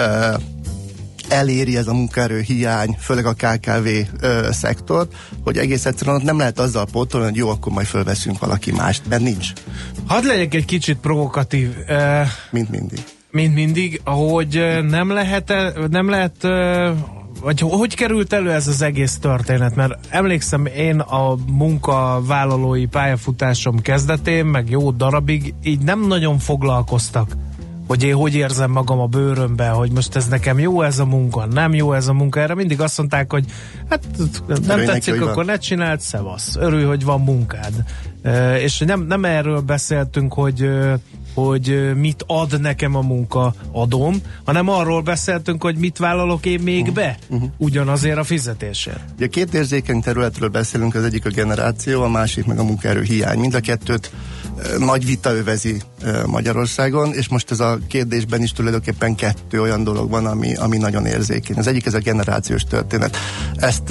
S14: eléri ez a munkaerő hiány, főleg a KKV szektort, hogy egész egyszerűen nem lehet azzal pótolni, hogy jó, akkor majd fölveszünk valaki mást, mert nincs.
S5: Hadd legyek egy kicsit provokatív.
S14: Mint mindig.
S5: Mint mindig, hogy nem lehet vagy hogy került elő ez az egész történet? Mert emlékszem, én a munkavállalói pályafutásom kezdetén, meg jó darabig így nem nagyon foglalkoztak, hogy én hogy érzem magam a bőrömben, hogy most ez nekem jó ez a munka, nem jó ez a munka. Erre mindig azt mondták, hogy hát nem tetszik, akkor ne csináld, szevasz. Örülj, hogy van munkád. És nem erről beszéltünk, hogy mit ad nekem a munkaadóm, hanem arról beszéltünk, hogy mit vállalok én még be ugyanazért a fizetésért.
S14: Ugye két érzékeny területről beszélünk, az egyik a generáció, a másik meg a munkaerő hiány. Mind a kettőt nagy vita övezi Magyarországon, és most ez a kérdésben is tulajdonképpen kettő olyan dolog van, ami nagyon érzékeny. Az egyik ez a generációs történet. Ezt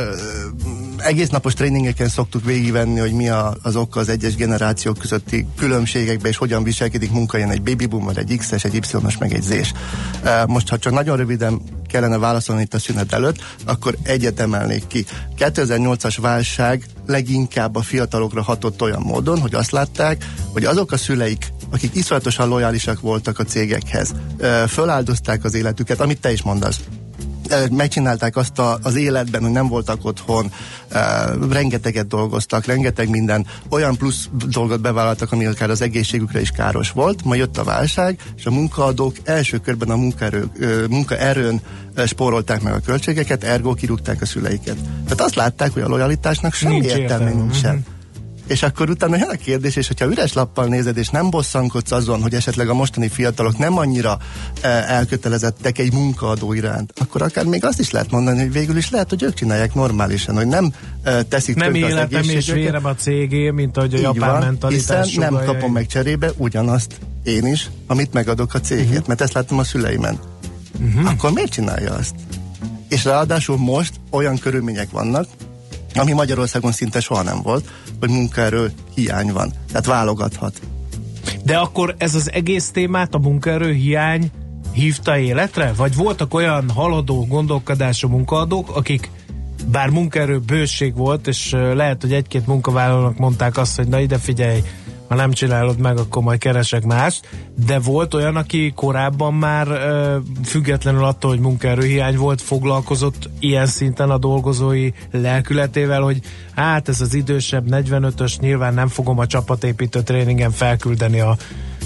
S14: egész napos tréningeken szoktuk végigvenni, hogy mi az oka az egyes generációk közötti különbségekben, és hogyan viselkedik munkahelyen egy baby boomer, egy X-es, egy Y-os, meg egy Z-s. Most, ha csak nagyon röviden kellene válaszolni itt a szünet előtt, akkor egyet emelnék ki. 2008-as válság leginkább a fiatalokra hatott olyan módon, hogy azt látták, hogy azok a szüleik, akik iszonyatosan lojálisak voltak a cégekhez, föláldozták az életüket, amit te is mondasz. Megcsinálták azt az életben, hogy nem voltak otthon, rengeteget dolgoztak, rengeteg minden, olyan plusz dolgot bevállaltak, ami akár az egészségükre is káros volt, majd jött a válság, és a munkaadók első körben a munkaerőn spórolták meg a költségeket, ergo kirúgták a szüleiket. Tehát azt látták, hogy a lojalitásnak semmi értelme nincsen. És akkor utána jön a kérdés, és hogyha üres lappal nézed, és nem bosszankodsz azon, hogy esetleg a mostani fiatalok nem annyira elkötelezettek egy munkaadó iránt, akkor akár még azt is lehet mondani, hogy végül is lehet, hogy ők csinálják normálisan, hogy nem teszik
S5: nem
S14: tönkre az egészségüket. Nem életem
S5: és vérem a cégé, mint ahogy a japán mentalitás.
S14: Hiszen nem kapom meg cserébe ugyanazt én is, amit megadok a cégért, mert ezt láttam a szüleimen. akkor miért csinálja azt? És ráadásul most olyan körülmények vannak, ami Magyarországon szinte soha nem volt, hogy munkaerő hiány van. Tehát válogathat.
S5: De akkor ez az egész témát a munkaerő hiány hívta életre? Vagy voltak olyan haladó gondolkodású munkaadók, akik bár munkaerő bőség volt, és lehet, hogy egy-két munkavállalónak mondták azt, hogy na ide figyelj, ha nem csinálod meg, akkor majd keresek mást, de volt olyan, aki korábban már függetlenül attól, hogy munkaerőhiány volt, foglalkozott ilyen szinten a dolgozói lelkületével, hogy hát ez az idősebb 45-ös, nyilván nem fogom a csapatépítő tréningen felküldeni a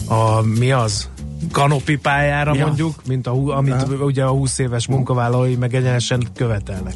S5: mi az? Kanopi pályára mondjuk, mint amit ugye a 20 éves munkavállalói meg egyenesen követelnek.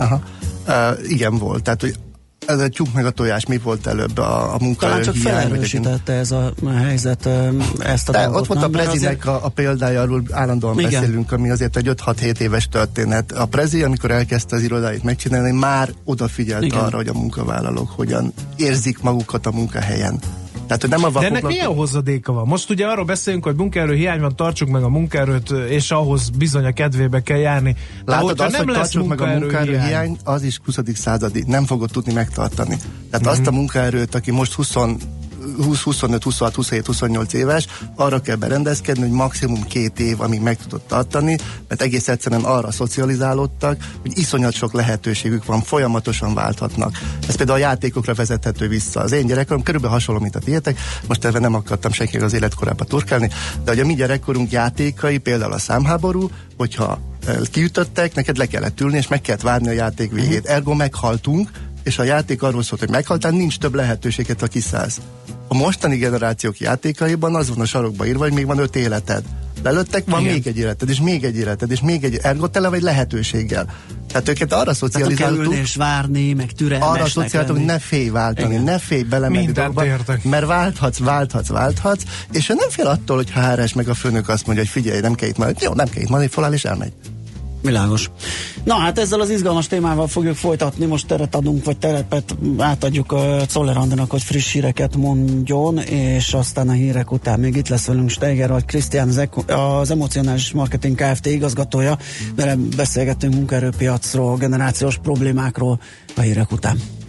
S14: Igen volt, tehát hogy ez a tyúk meg a tojás, mi volt előbb a munkaerő
S4: talán csak
S14: hiány,
S4: felerősítette ez a helyzet ezt a dolgot.
S14: Ott volt a Prezinek a példája, arról állandóan beszélünk, ami azért egy 5-6-7 éves történet. A Prezi, amikor elkezdte az irodáit megcsinálni, már odafigyelt arra, hogy a munkavállalók hogyan érzik magukat a munkahelyen. Tehát, hogy nem a
S5: de ennek milyen hozadéka van? Most ugye arról beszélünk, hogy munkaerő hiány van, tartsuk meg a munkaerőt, és ahhoz bizony a kedvébe kell járni.
S14: Látod, azt, nem hogy tartsuk meg a munkaerő hiány, az is 20. századi, nem fogod tudni megtartani. Tehát azt a munkaerőt, aki most 20, 25, 26, 27, 28 éves, arra kell berendezkedni, hogy maximum 2 év, amíg meg tudod tartani, mert egész egyszerűen arra szocializálódtak, hogy iszonyat sok lehetőségük van, folyamatosan válthatnak. Ez például a játékokra vezethető vissza. Az én gyerekkorom körülbelül hasonló, mint a tiétek, most ebben nem akartam senkinek az életkorába turkálni, de hogy a mi gyerekkorunk játékai, például a számháború, hogyha kiütöttek, neked le kellett ülni, és meg kellett várni a játék végét. Ergo meghaltunk, és a játék arról szólt, hogy meghaltál, nincs több lehetőséget, ha kiszállsz. A mostani generációk játékaiban az van a sarokba írva, hogy még van 5 életed. Lelőttek, van még egy életed, és még egy életed, és még egy, ergo tele vagy lehetőséggel. Tehát őket arra szocializáltuk,
S4: és várni, meg türelmesnek
S14: arra szocializáltuk, hogy ne félj váltani, ne félj belemenni dolgba, mert válthatsz, és ő nem fél attól, hogy HRS meg a főnök azt mondja, hogy figyelj, nem kell itt majd, jó, nem kell itt majd, feláll és elmegy.
S4: Világos. Na hát ezzel az izgalmas témával fogjuk folytatni, most teret adunk, vagy terepet átadjuk a Czoller Andrának, hogy friss híreket mondjon, és aztán a hírek után még itt lesz velünk Steiger vagy Krisztián, az Emocionális Marketing Kft. Igazgatója, vele beszélgetünk munkaerőpiacról, generációs problémákról a hírek után.